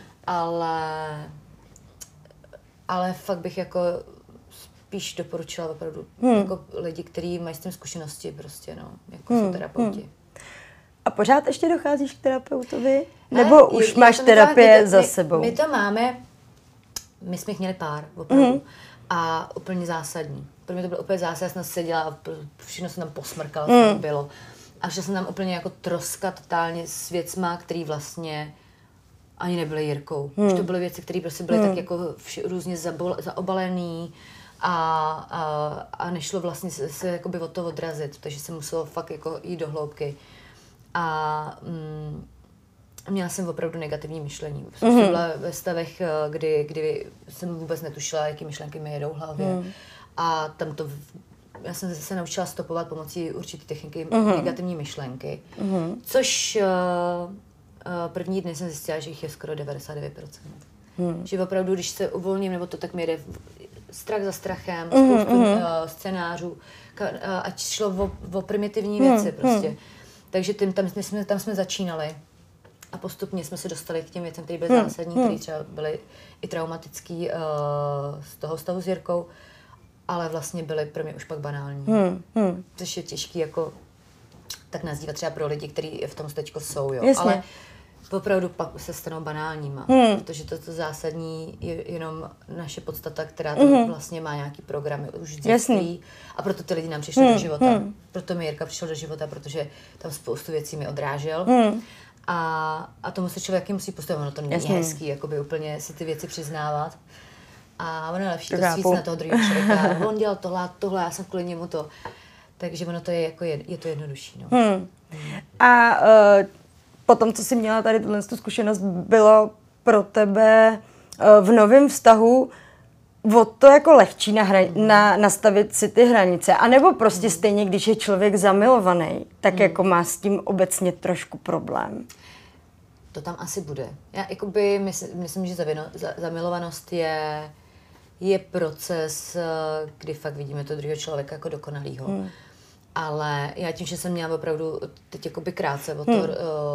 ale fakt bych jako spíš doporučila opravdu jako lidi, kteří mají s tím zkušenosti prostě, no, jako jsou terapeuti. A pořád ještě docházíš k terapeutovi? Nebo už máš terapie za sebou? My to máme, my jsme jich měli pár, opravdu. A úplně zásadní. Pro mě to bylo úplně zásadní, já jsem seděla a všechno jsem tam posmrkala, co tam bylo. A šla jsem tam úplně jako troska totálně s věcma, které vlastně ani nebyly Jirkou. Už to byly věci, které prostě byly tak jako různě zaobalený a nešlo vlastně se jakoby od toho odrazit, takže jsem musela fakt jako jít do hloubky. A měla jsem opravdu negativní myšlení. Jsem byla ve stavech, kdy jsem vůbec netušila, jaký myšlenky mi jedou v hlavě. A já jsem se naučila stopovat pomocí určité techniky negativní myšlenky. Což první dny jsem zjistila, že jich je skoro 99%. Že opravdu, když se uvolním, nebo to tak mi jde strach za strachem, spoustu scénářů, ať šlo o primitivní věci prostě. Takže tam jsme začínali. A postupně jsme se dostali k těm věcem, které byly zásadní, které třeba byly i traumatický z toho stavu s Jirkou, ale vlastně byly pro mě už pak banální. Což je těžký jako tak nazývat třeba pro lidi, kteří v tom teďko jsou, jo. Ale opravdu pak se stanou banálníma, protože to zásadní je jenom naše podstata, která tam vlastně má nějaký programy už z dětství a proto ty lidi nám přišli do života. Proto mi Jirka přišel do života, protože tam spoustu věcí mi odrážel. A tomu se člověk musí postavit, ono to není hezký, jakoby úplně si ty věci přiznávat. A ono je lepší to svíc na toho druhého člověka. On dělal tohle, já jsem kvůli němu to. Takže ono to je jako je to jednodušší. No. A potom, co jsi měla tady tu zkušenost, bylo pro tebe v novém vztahu o to jako lehčí nastavit si ty hranice, anebo prostě stejně, když je člověk zamilovaný, tak jako má s tím obecně trošku problém? To tam asi bude. Já jakoby myslím, že zamilovanost je proces, kdy fakt vidíme to druhého člověka jako dokonalýho. Ale já tím, že jsem měla opravdu teď jakoby krátce od toho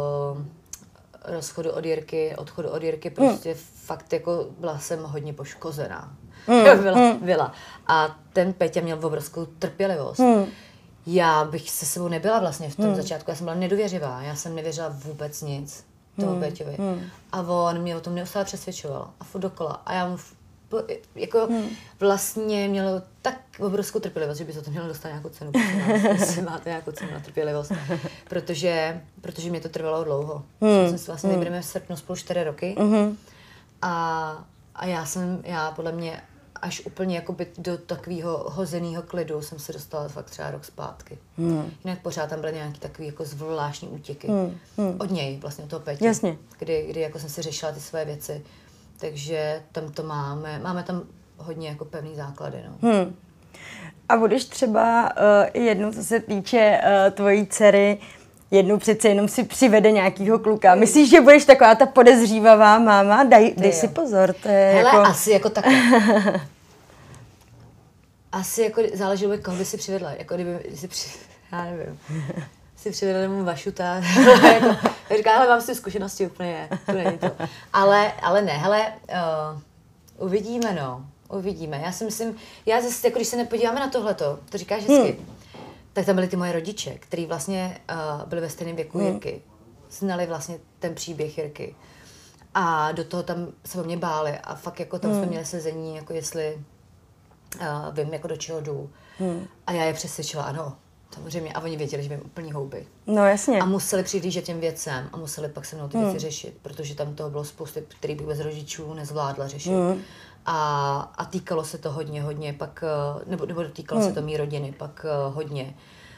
odchodu od Jirky, prostě fakt jako byla jsem hodně poškozená. Byla. A ten Peťa měl obrovskou trpělivost. Já bych se sebou nebyla vlastně v tom začátku, já jsem byla nedůvěřivá, já jsem nevěřila vůbec nic tomu Peťovi. A on mě o tom neustále přesvědčoval a furt dokola. A já mu jako vlastně mělo tak obrovskou trpělivost, že by se to mělo dostat nějakou cenu. Jestli máte nějakou cenu na trpělivost. Protože mě to trvalo dlouho. Jsme si vlastně budeme v srpnu spolu 4 roky. A já podle mě až úplně jakoby do takového hozeného klidu jsem se dostala fakt třeba rok zpátky. Jinak pořád tam byly nějaký takový jako zvláštní útěky. Od něj, vlastně od toho Petě. Jasně. Kdy jako jsem si řešila ty své věci. Takže tam to máme tam hodně jako pevný základy. No. A budeš třeba jednou, co se týče tvojí dcery, jednou přece jenom si přivede nějakýho kluka. Myslíš, že budeš taková ta podezřívavá máma? Dej si pozor. To je hele, jako... asi jako takhle. Asi jako záleží, koho by si přivedla. Jako kdyby já nevím. Si přivedla tomu Vašuta. Jako, říká, hele, mám si zkušenosti úplně, to není to. Ale ne, hele, uvidíme, no. Uvidíme. Já si myslím, já zase, jako když se nepodíváme na tohleto, to říkáš hezky, tak tam byly ty moje rodiče, kteří vlastně byli ve stejném věku Jirky. Znali vlastně ten příběh Jirky. A do toho tam se o mě báli a fakt jako tam jsme měli sezení, jako jestli vím, jako do čeho jdu. A já je přesvědčila, ano, samozřejmě. A oni věděli, že vím úplný houby. No jasně. A museli přihlížet těm věcem a museli pak se mnou ty věci řešit, protože tam toho bylo spousty, který bych bez rodičů nezvládla řešit. A týkalo se to hodně pak, nebo dotýkalo se to mý rodiny pak hodně.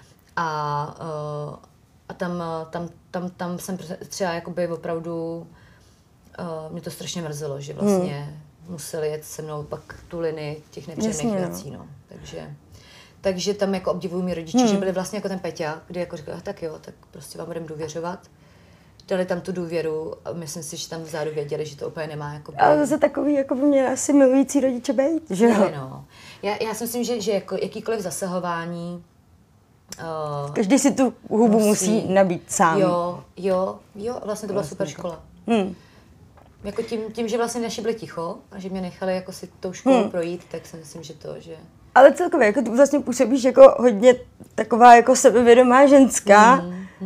A tam jsem třeba jakoby opravdu, mě to strašně mrzelo, že vlastně museli jet se mnou pak tu linii těch nepříjemných věcí, no. Takže tam jako obdivuju mý rodiče, že byli vlastně jako ten Peťa, kdy jako říkali, tak jo, tak prostě vám budeme důvěřovat. Dali tam tu důvěru a myslím si, že tam vzadu věděli, že to úplně nemá jako... Ale zase takový jako by měl asi milující rodiče být, že jo? No. Já si myslím, že jako jakýkoliv zasahování... každý si tu hubu musí nabít sám. Jo, vlastně to byla super škola. Jako tím, že vlastně naši byli ticho a že mě nechali jako si tou školou projít, tak si myslím, že to, že... Ale celkově, jako ty vlastně působíš jako hodně taková jako sebevědomá ženská.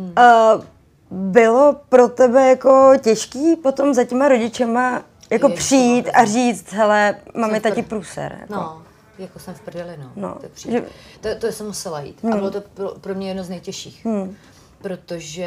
Bylo pro tebe jako těžký potom za těma rodičema jako přijít a říct, hele, máme tati průser. Jako. No, jako jsem v prdeli, no. To jsem musela jít. A bylo to pro mě jedno z nejtěžších. Protože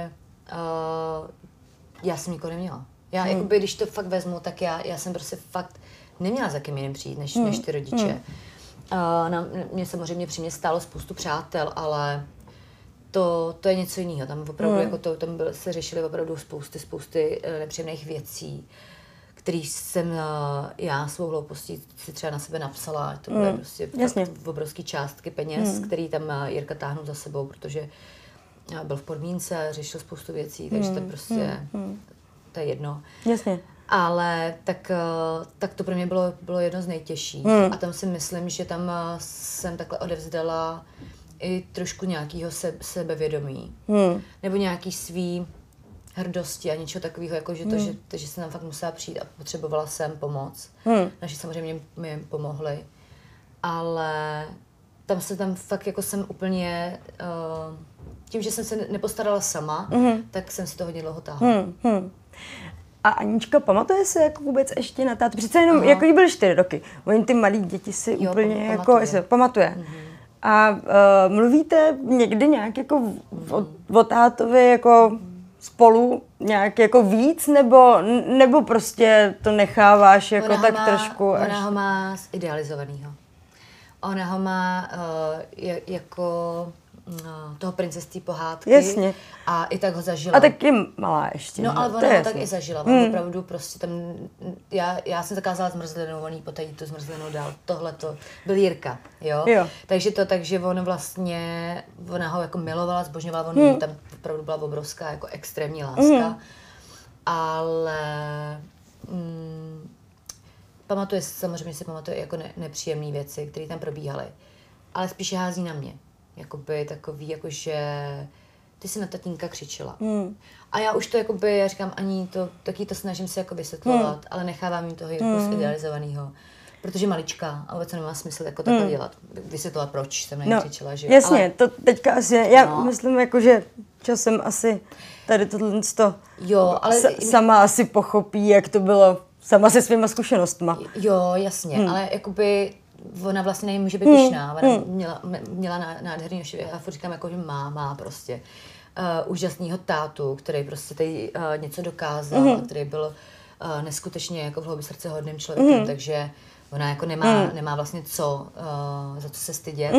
já jsem nikoho neměla. Já jakoby, když to fakt vezmu, tak já jsem prostě fakt neměla za kým jiným přijít, než ty rodiče. Mě samozřejmě při mě stálo spoustu přátel, ale to je něco jiného. Tam opravdu jako se řešily opravdu spousty nepříjemných věcí, které jsem já svou hloupostí si třeba na sebe napsala. To byly prostě obrovské částky peněz, které tam Jirka táhnul za sebou, protože byl v podmínce, řešil spoustu věcí, takže to prostě to je jedno. Jasně. Ale tak to pro mě bylo jedno z nejtěžších. A tam si myslím, že tam jsem takhle odevzdala i trošku nějakého sebevědomí. Nebo nějaký svý hrdosti a něčeho takového, jako že že jsem tam fakt musela přijít a potřebovala jsem pomoc. Naši samozřejmě mi pomohli. Ale tam fakt jako jsem úplně... tím, že jsem se nepostarala sama, tak jsem si to hodně dlouho táhla. A Anička, pamatuje se jako vůbec ještě na tátu? Přece jenom, jako jí byly 4 roky. Oni ty malí děti si úplně jako pamatuje. A mluvíte někdy nějak jako o tátovi jako spolu nějak jako víc, nebo prostě to necháváš jako trošku? Ona ho má zidealizovanýho. Ona ho má jako toho prince z té pohádky. Jasně. A i tak ho zažila. A tak je malá ještě. No, ale ona ho tak i zažila. Opravdu prostě tam, já jsem zakázala zmrzlinu, on jí potají tu zmrzlinu dal. Tohle to byl Jirka, jo? Takže ona ho jako milovala, zbožňovala, on tam opravdu byla obrovská jako extrémní láska. Ale samozřejmě si pamatuje jako nepříjemné věci, které tam probíhaly. Ale spíše hází na mě. Jakoby takový, jakože ty jsi na tatínka křičela. A já už to jakoby, já říkám, ani to, taky to snažím se jako vysvětlovat, ale nechávám jim toho Jirku zidealizovanýho. Protože malička a vůbec to nemá smysl jako takhle dělat. Vysvětlovat, proč jsem na ní křičela, že jo. Jasně, ale to teďka asi, já myslím jako, že časem asi tady tohle sama asi pochopí, jak to bylo sama se svýma zkušenostma. Jo, jasně, ale jakoby ona vlastně nemůže být pyšná, ona měla nádherný ošivy, já furt říkám jako, že má prostě úžasnýho tátu, který prostě tady něco dokázal, který byl neskutečně jako v hloubi srdce hodným člověkem, takže ona jako nemá vlastně za co se stydět.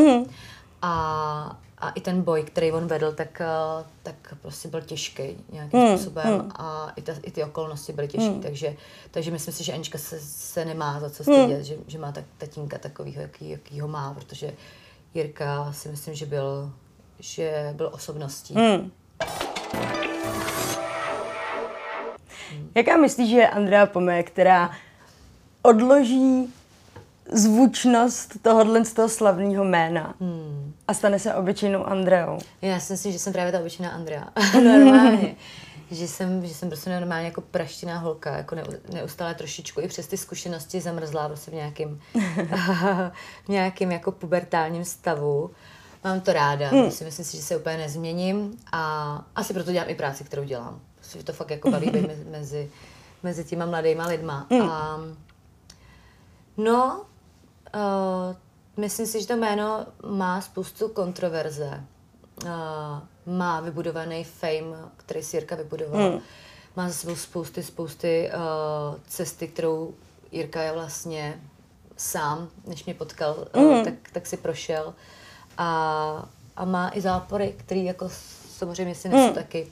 A i ten boj, který on vedl, tak prostě byl těžký nějakým způsobem a i ty okolnosti byly těžké, takže myslím si, že Anička se nemá za co stydět, že má tatínka takovýho, jaký ho má, protože Jirka si myslím, že byl osobností. Jaká myslíš, že je Andrea Pome, která odloží zvučnost tohohle z toho slavného jména a stane se obyčejnou Andreou? Já si myslím, že jsem právě ta obyčejná Andrea. Normálně. že jsem prostě normálně jako praštěná holka, jako neustále trošičku i přes ty zkušenosti zamrzlá prostě v nějakým jako pubertálním stavu. Mám to ráda, myslím si, že se úplně nezměním a asi proto dělám i práci, kterou dělám. Protože to fakt jako baví být mezi těma mladýma lidma. Myslím si, že to jméno má spoustu kontroverze. Má vybudovaný fame, který si Jirka vybudoval. Má za sebou spousty cesty, kterou Jirka je vlastně sám, než mě potkal, tak si prošel. A má i zápory, který jako samozřejmě si nesu taky.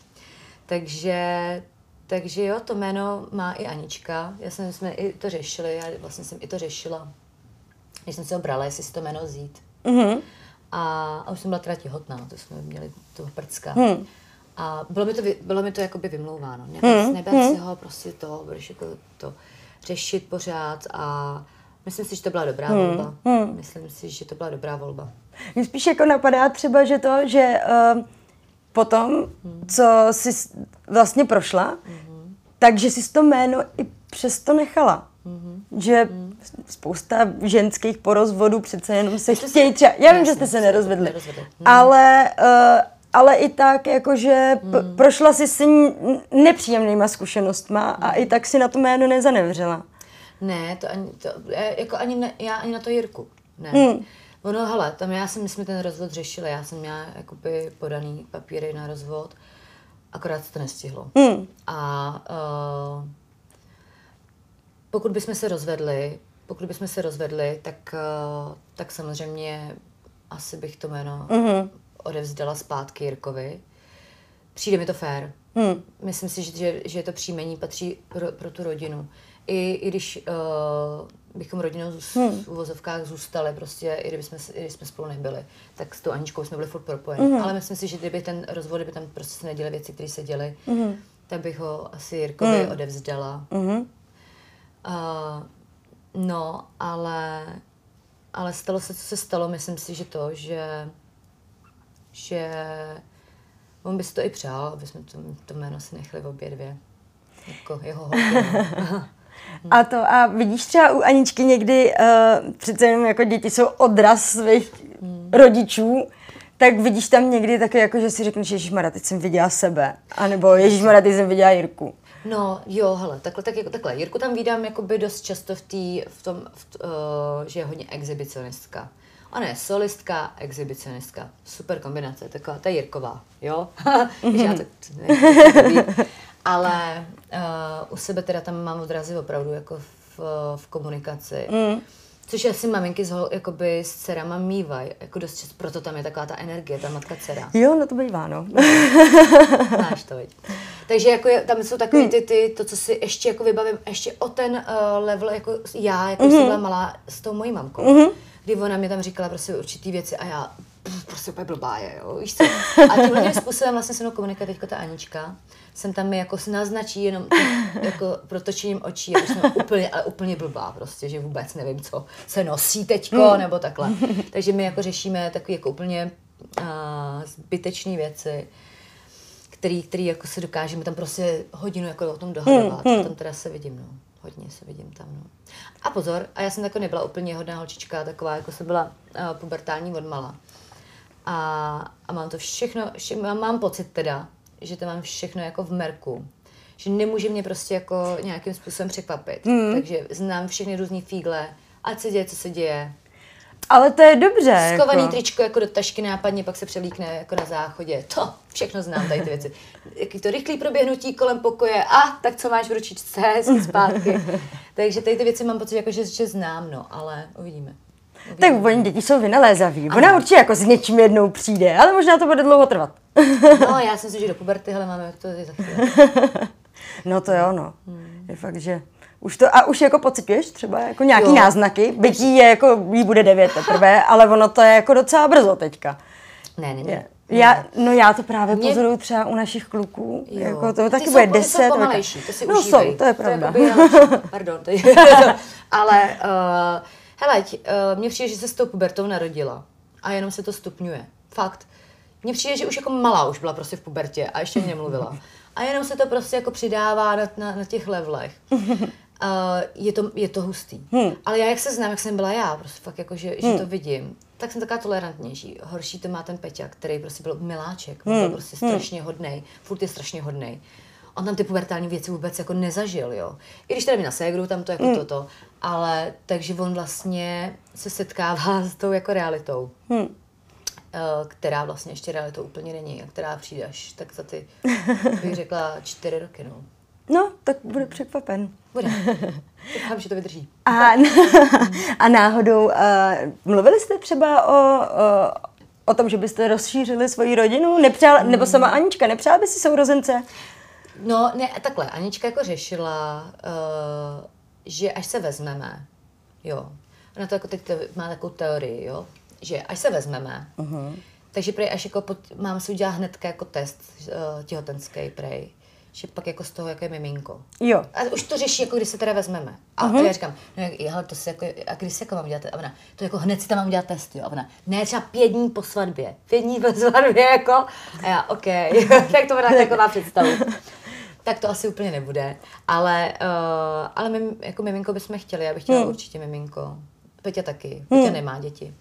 Takže jo, to jméno má i Anička. Jsme i to řešili, já vlastně jsem i to řešila, když jsem se ho brala, jestli si to jméno vzít. A už jsem byla teda těhotná, to jsme měli toho prcka. A bylo mi to jakoby vymlouváno. Neber si ho, prostě budeš jako to řešit pořád a myslím si, že to byla dobrá volba. Myslím si, že to byla dobrá volba. Mně spíš jako napadá třeba, že potom, co jsi vlastně prošla, takže jsi to jméno i přesto nechala. Že spousta ženských po rozvodu přece jenom se chtějí třeba... Já vím, že jste se nerozvedli. Ale i tak, jakože prošla jsi si nepříjemnýma zkušenostma a i tak si na to jméno nezanevřela. Ne, já ani na to Jirku. Ne. Ono, hele, tam my jsme ten rozvod řešili, já jsem měla jakoby podaný papíry na rozvod, akorát se to nestihlo. Pokud bychom se rozvedli, tak samozřejmě asi bych to jméno odevzdala zpátky Jirkovi. Přijde mi to fér. Myslím si, že to příjmení patří pro tu rodinu. I když bychom rodinou v uvozovkách zůstali, prostě, i kdyby jsme spolu nebyli, tak s tou Aničkou jsme byli furt propojeni. Ale myslím si, že kdyby ten rozvod, kdyby tam prostě se neděly věci, které se děly, tak bych ho asi Jirkovi odevzdala. Ale stalo se, co se stalo, myslím si, že on by si to i přál, aby jsme to jméno si nechali obě dvě. Jako jeho holky. A vidíš třeba u Aničky někdy, přece jenom jako děti jsou odraz svých rodičů, tak vidíš tam někdy taky jako, že si řekneš, ježišmarja, teď jsem viděla sebe, anebo ježišmarja, teď jsem viděla Jirku. No jo, hele, takhle. Jirku tam vídám jakoby dost často že je hodně exhibicionistka. Ona je solistka, exhibicionistka. Super kombinace, taková ta Jirková, jo? Ale u sebe teda tam mám odrazy opravdu jako v komunikaci. Což asi maminky jakoby s dcerama mývají, jako dost často, proto tam je taková ta energie, ta matka dcera. Jo, no to bývá, no. Máš to, viď. Takže jako tam jsou takový to, co si ještě jako vybavím, ještě o ten level, jako já, jako jsem byla malá s tou mojí mamkou, kdy ona mě tam říkala prostě určitý věci a já prostě úplně blbá je, jo, víš co. A tímhle způsobem vlastně se mnou komunikuje teďko ta Anička. Jsem tam mi jako se naznačí jenom jako protočením očí, jako jsem úplně, ale úplně blbá prostě, že vůbec nevím, co se nosí teďko, nebo takhle. Takže my jako řešíme takové jako úplně zbytečné věci, který jako se dokážeme tam prostě hodinu jako o tom dohadovat. Tam teda se vidím, no. Hodně se vidím tam, no. A pozor, a já jsem jako nebyla úplně hodná holčička, taková, jako jsem byla pubertální odmala. A mám to všechno, mám pocit teda, že to mám všechno jako v merku. Že nemůže mě prostě jako nějakým způsobem překvapit. Takže znám všechny různý fígle, ať se děje, co se děje. Ale to je dobře. Skovaný jako tričko jako do tašky nápadně, pak se převlíkne jako na záchodě. To všechno znám, tady ty věci. Jaký to rychlý proběhnutí kolem pokoje. Tak co máš v ručičce, hezky zpátky. Takže tady ty věci mám pocit, jako, že znám, no, ale uvidíme. Tak oni děti jsou vynalézaví. Ona určitě jako s něčím jednou přijde, ale možná to bude dlouho trvat. No, já si myslím, že do puberty, hele, máme to za chvíli. No to jo, no. Je fakt, že už jako pociťuješ třeba jako nějaký náznaky, byť jí je jako, jí bude 9 teprve, ale ono to je jako docela brzo teďka. Ne. Já to právě pozoruju třeba u našich kluků, jako to taky bude 10. Ty jsou pomalejší, to si užívej. Jsou, to je pravda. Pardon, ale hele, mně přijde, že se s tou pubertou narodila a jenom se to stupňuje. Fakt. Mně přijde, že už jako malá už byla prostě v pubertě a ještě nemluvila. A jenom se to prostě jako přidává na těch levelech. Je to hustý. Ale já, jak se znám, jak jsem byla já, prostě fakt jako, že to vidím, tak jsem taková tolerantnější. Horší to má ten Peťa, který prostě byl miláček, byl prostě strašně hodnej, furt je strašně hodnej. On tam ty pubertální věci vůbec jako nezažil, jo. I když teda mi na ségru, tam to jako toto, ale takže on vlastně se setkává s tou jako realitou. Která vlastně ještě realitou úplně není a která přijde až tak za ty, bych řekla, 4 roky, no. No, tak bude překvapen. Bude. Doufám, že to vydrží. A náhodou, mluvili jste třeba o tom, že byste rozšířili svoji rodinu? Nebo sama Anička, nepřála by si sourozence? No, ne, takhle. Anička jako řešila, že až se vezmeme, jo. Ona to jako teď má takovou teorii, jo. Že až se vezmeme, takže prej až jako mám si udělat hnedka jako test těhotenský prej, že pak jako z toho jako je miminko. Jo. A už to řeší, jako když se teda vezmeme. A já říkám, no hele, to si jako, a když si jako mám dělat, a ona, to jako hned si tam mám dělat test, jo. A ona, ne, třeba 5 dní po svatbě. 5 dní po svatbě, jako. A já, OK, tak to ona jako má představu. Tak to asi úplně nebude. Ale my, jako miminko bychom chtěli, já bych chtěla určitě miminko. Peťa taky. Peťa nemá děti.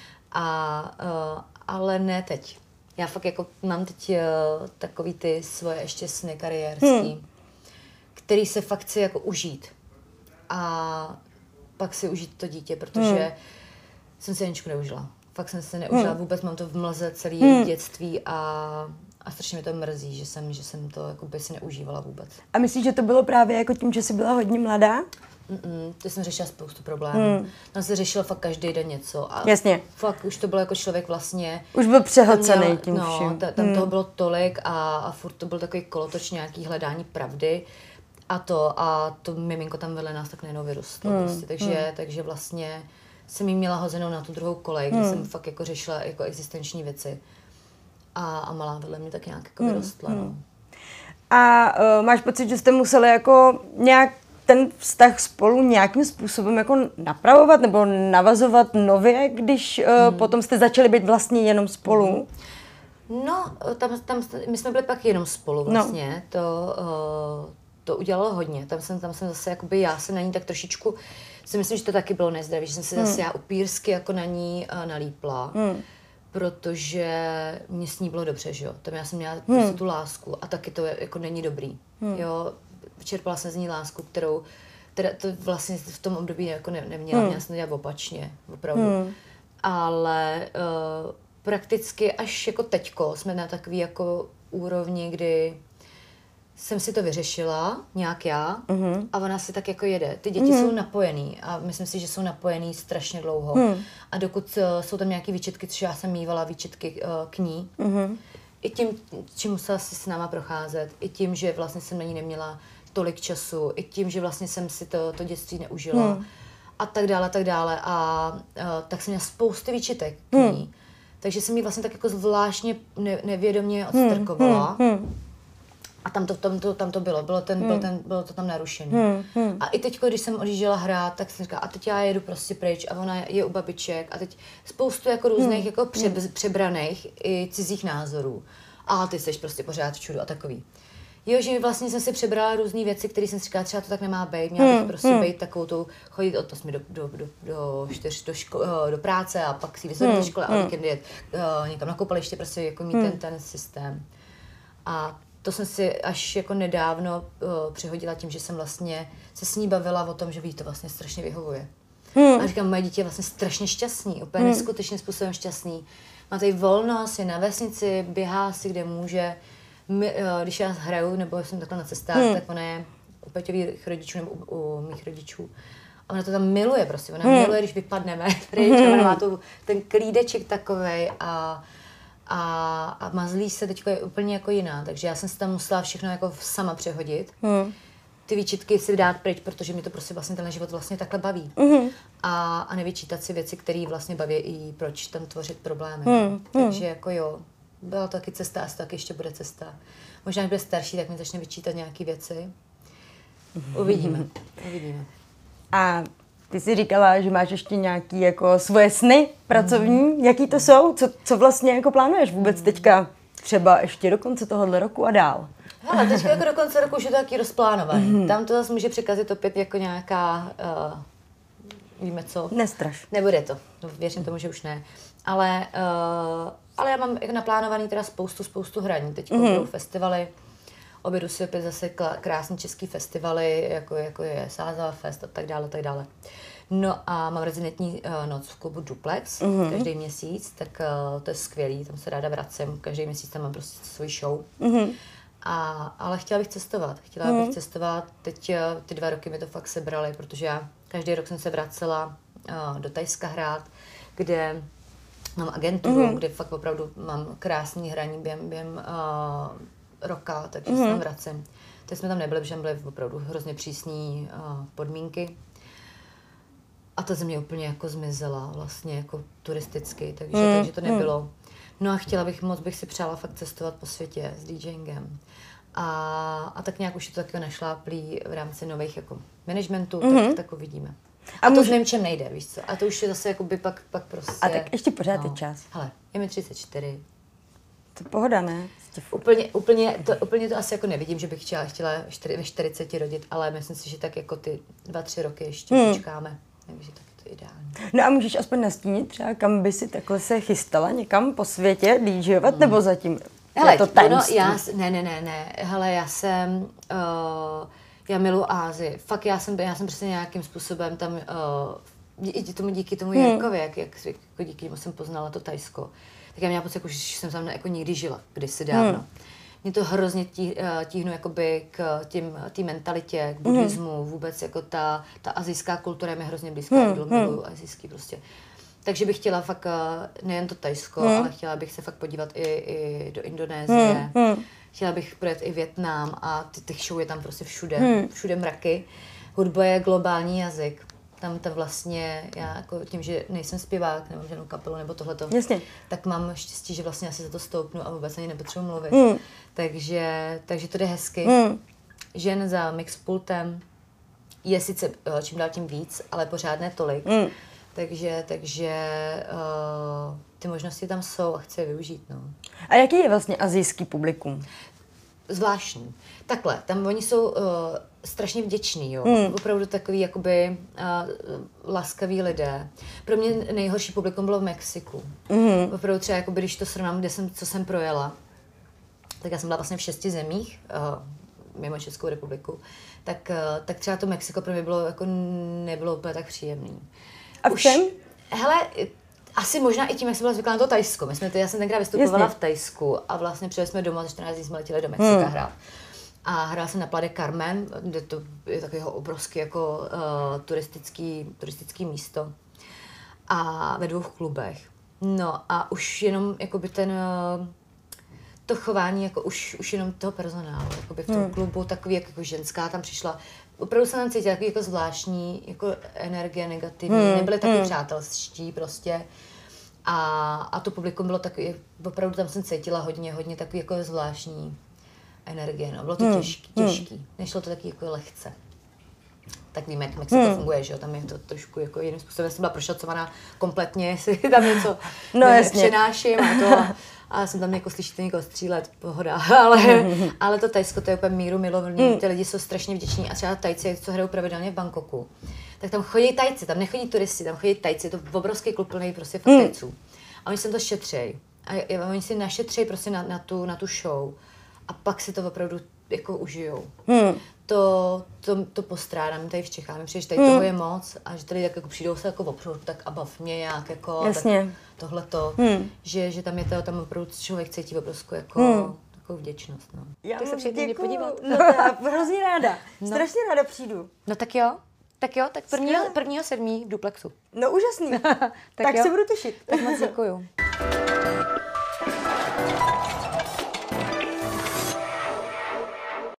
Ale ne teď. Já fakt jako mám teď takový ty svoje ještě sny kariérský, který se fakt chci jako užít. A pak si užít to dítě, protože jsem si Janičku neužila. Fakt jsem se neužila vůbec, mám to v mlze celé dětství a strašně mě to mrzí, že jsem to jako by si neužívala vůbec. A myslíš, že to bylo právě jako tím, že jsi byla hodně mladá? To jsem řešila spoustu problémů. Tam se řešil fakt každý den něco. A jasně. Fakt už to bylo jako člověk vlastně... Už byl přehlcený tím vším. Tam toho bylo tolik a furt to byl takový kolotoč nějaký hledání pravdy. A to miminko tam vedle nás tak najednou vyrostlo. Prostě. Takže vlastně jsem jí měla hozenou na tu druhou kolej, kde jsem fakt jako řešila jako existenční věci. A malá vedle mě tak nějak jako vyrostla. No. A máš pocit, že jste museli jako nějak ten vztah spolu nějakým způsobem jako napravovat nebo navazovat nově, když potom jste začali být vlastně jenom spolu? No, tam my jsme byli pak jenom spolu vlastně. No. To udělalo hodně. Tam jsem zase, jakoby já jsem na ní tak trošičku, si myslím, že to taky bylo nezdravý, že jsem si zase já upírsky jako na ní nalípla. Protože mě s ní bylo dobře, že jo. Tam já jsem měla prostě tu lásku a taky to jako není dobrý, jo. Čerpala jsem z ní lásku, kterou teda to vlastně v tom období jako neměla, měla jsem to dělat opačně, opravdu. Ale prakticky až jako teďko jsme na takový jako úrovni, kdy jsem si to vyřešila, nějak já, a ona si tak jako jede. Ty děti jsou napojený a myslím si, že jsou napojený strašně dlouho. A dokud jsou tam nějaké výčitky, což já jsem mývala výčitky k ní, i tím, čím musela si s náma procházet, i tím, že vlastně jsem na ní neměla tolik času, i tím, že vlastně jsem si to dětství neužila a tak dále, tak dále. A tak jsem měla spousty výčitek k ní. Takže jsem ji vlastně tak jako zvláštně nevědomě odstrkovala. A tam to bylo to tam narušené. A i teď, když jsem odjížděla hrát, tak jsem říkala, a teď já jedu prostě pryč a ona je u babiček a teď spoustu jako různých jako přebraných i cizích názorů. A ty seš prostě pořád v čudu a takový. Jo, že vlastně jsem si přebrala různé věci, které jsem si říkala, třeba to tak nemá být, měla bych prostě být takovou tou, chodit od 8 do 4 do práce a pak si vysoké do školy a víkend jet někam na koupaliště, prostě jako mít ten systém. A to jsem si až jako nedávno přihodila tím, že jsem vlastně se s ní bavila o tom, že jí to vlastně strašně vyhovuje. A říkám, moje dítě je vlastně strašně šťastný, úplně neskutečným způsobem šťastný. Má tady volnost, je na vesnici, běhá si, kde může. Když já hraju, nebo jsem takhle na cestách, tak ona je u Peťových rodičů nebo u mých rodičů. A ona to tam miluje prostě, ona miluje, když vypadneme pryč, ona má ten klídeček takovej a mazlí se teďko je úplně jako jiná, takže já jsem si tam musela všechno jako sama přehodit. Ty výčitky si dát pryč, protože mi to prostě vlastně ten život vlastně takhle baví. A nevyčítat si věci, které vlastně baví i proč tam tvořit problémy. Takže jako jo, byla to taky cesta, asi taky ještě bude cesta. Možná, když bude starší, tak mi začne vyčítat nějaké věci. Uvidíme. A ty jsi říkala, že máš ještě nějaké jako svoje sny pracovní. Jaký to jsou? Co vlastně jako plánuješ vůbec teďka třeba ještě do konce tohohle roku a dál? Hele, teďka jako do konce roku už je to taky rozplánovaný. Tam to zase může překazit opět jako nějaká, víme co. Nestraš. Nebude to, věřím tomu, že už ne. Ale já mám jako naplánovaný teda spoustu hraní. Teď budou festivaly. Objedu si opět zase krásný český festivaly, jako je Sázava Fest a tak dále. No a mám rezidentní noc v klubu Duplex každý měsíc, tak to je skvělý, tam se ráda vracím, každý měsíc tam mám prostě svůj show. Ale chtěla bych cestovat, teď ty 2 roky mi to fakt sebrali, protože já každý rok jsem se vracela do Thajska hrát, kde mám agenturu, kde fakt opravdu mám krásný hraní během roka, takže se tam vracím. Teď jsme tam nebyli, protože tam byly opravdu hrozně přísné podmínky. A ta země úplně jako zmizela vlastně jako turisticky, takže to nebylo. No a moc bych si přála fakt cestovat po světě s DJingem. A tak nějak už je to taky našláplý v rámci nových jako managementů, tak uvidíme. A to v něčem nejde, víš co? A to už je zase jakoby pak prostě... A tak ještě pořád je čas. Hele, je mi 34. To je pohoda, ne? Úplně to asi jako nevidím, že bych chtěla ve 40 rodit, ale myslím si, že tak jako ty 2-3 roky ještě počkáme. Takže tak je to ideální. No a můžeš aspoň nastínit třeba, kam by si takhle se chystala někam po světě DJovat, nebo zatím hele, je to tajemství? Ne. Hele, já miluji Asii. Fakt já jsem prostě nějakým způsobem tam, díky tomu Jirkovi, jak díky němu jsem poznala to Thajsko. Tak já měla pocit, že jsem tam jako nikdy žila, kdysi dávno. Mě to hrozně tíhnu jakoby k té mentalitě, k buddhismu, vůbec jako ta asijská kultura je mi hrozně blízká, miluju asijský prostě. Takže bych chtěla fakt nejen to Thajsko, ale chtěla bych se fakt podívat i do Indonésie. Chtěla bych projet i Vietnam a těch show je tam prostě všude mraky. Hudba je globální jazyk. Tam vlastně, já jako tím, že nejsem zpěvák, nemám žádnou kapelu nebo tohleto, tak mám štěstí, že vlastně asi za to stoupnu a vůbec ani nepotřebuji mluvit. Takže to jde hezky. Žen za mixpultem je sice čím dál tím víc, ale pořád ne tolik. Takže ty možnosti tam jsou a chci je využít. No. A jaký je vlastně asijský publikum? Zvláštní. Takhle, tam oni jsou strašně vděční, jo. Opravdu takový jakoby laskaví lidé. Pro mě nejhorší publikum bylo v Mexiku. Opravdu třeba, jakoby, když to srovnám, co jsem projela, tak já jsem byla vlastně v 6 zemích, mimo Českou republiku, tak třeba to Mexiko pro mě bylo, jako nebylo úplně tak příjemný. A v čem? Hele, asi možná i tím, jak jsem byla zvyklá na to Thajsko. Já jsem tenkrát vystupovala v Thajsku a vlastně přijeli jsme domů a za 14 dní jsme letěli do Mexika hrát. A hrála jsem na Playa del Carmen, kde to je takového obrovský jako turistický místo. A ve 2 klubech. No a už jenom jakoby to chování, jako už jenom toho personálu, jakoby v tom klubu, takový jako ženská tam přišla. Opravdu jsem tam cítila takový jako zvláštní jako energie negativní, nebyly taky přátelští prostě. A to publikum bylo takový, opravdu tam jsem cítila hodně takový jako zvláštní energie, no. Bylo to těžký. Nešlo to taky jako lehce. Tak víme, jak Mexiko funguje, že jo, tam je to trošku jako jiným způsobem. Já jsem byla prošacovaná kompletně, jestli tam něco přenáším a jsem tam jako slyšíte někoho střílet, pohoda, ale to Thajsko, to je úplně míru milovný, ty lidi jsou strašně vděční a třeba Thajci, co hrajou pravidelně v Bangkoku, tak tam chodí Thajci, tam nechodí turisti, tam chodí Thajci, je to obrovský klub plný prostě fakt Thajců. A oni se to šetřejí a oni si našetřejí prostě na tu show a pak si to opravdu jako užijou. To postrádám tady v Čechách, mi přijde, že tady toho je moc a že tady tak jako přijdou se jako opřou, tak a bav mě nějak jako tohleto, že tam je to, tam opravdu člověk cítí obrovskou jako takovou vděčnost. No. Já tak se přijďte mě podívat. No já hrozně ráda, strašně ráda přijdu. No tak jo, tak 1.7. v Duplexu. No úžasný, tak se budu těšit. Tak moc děkuju.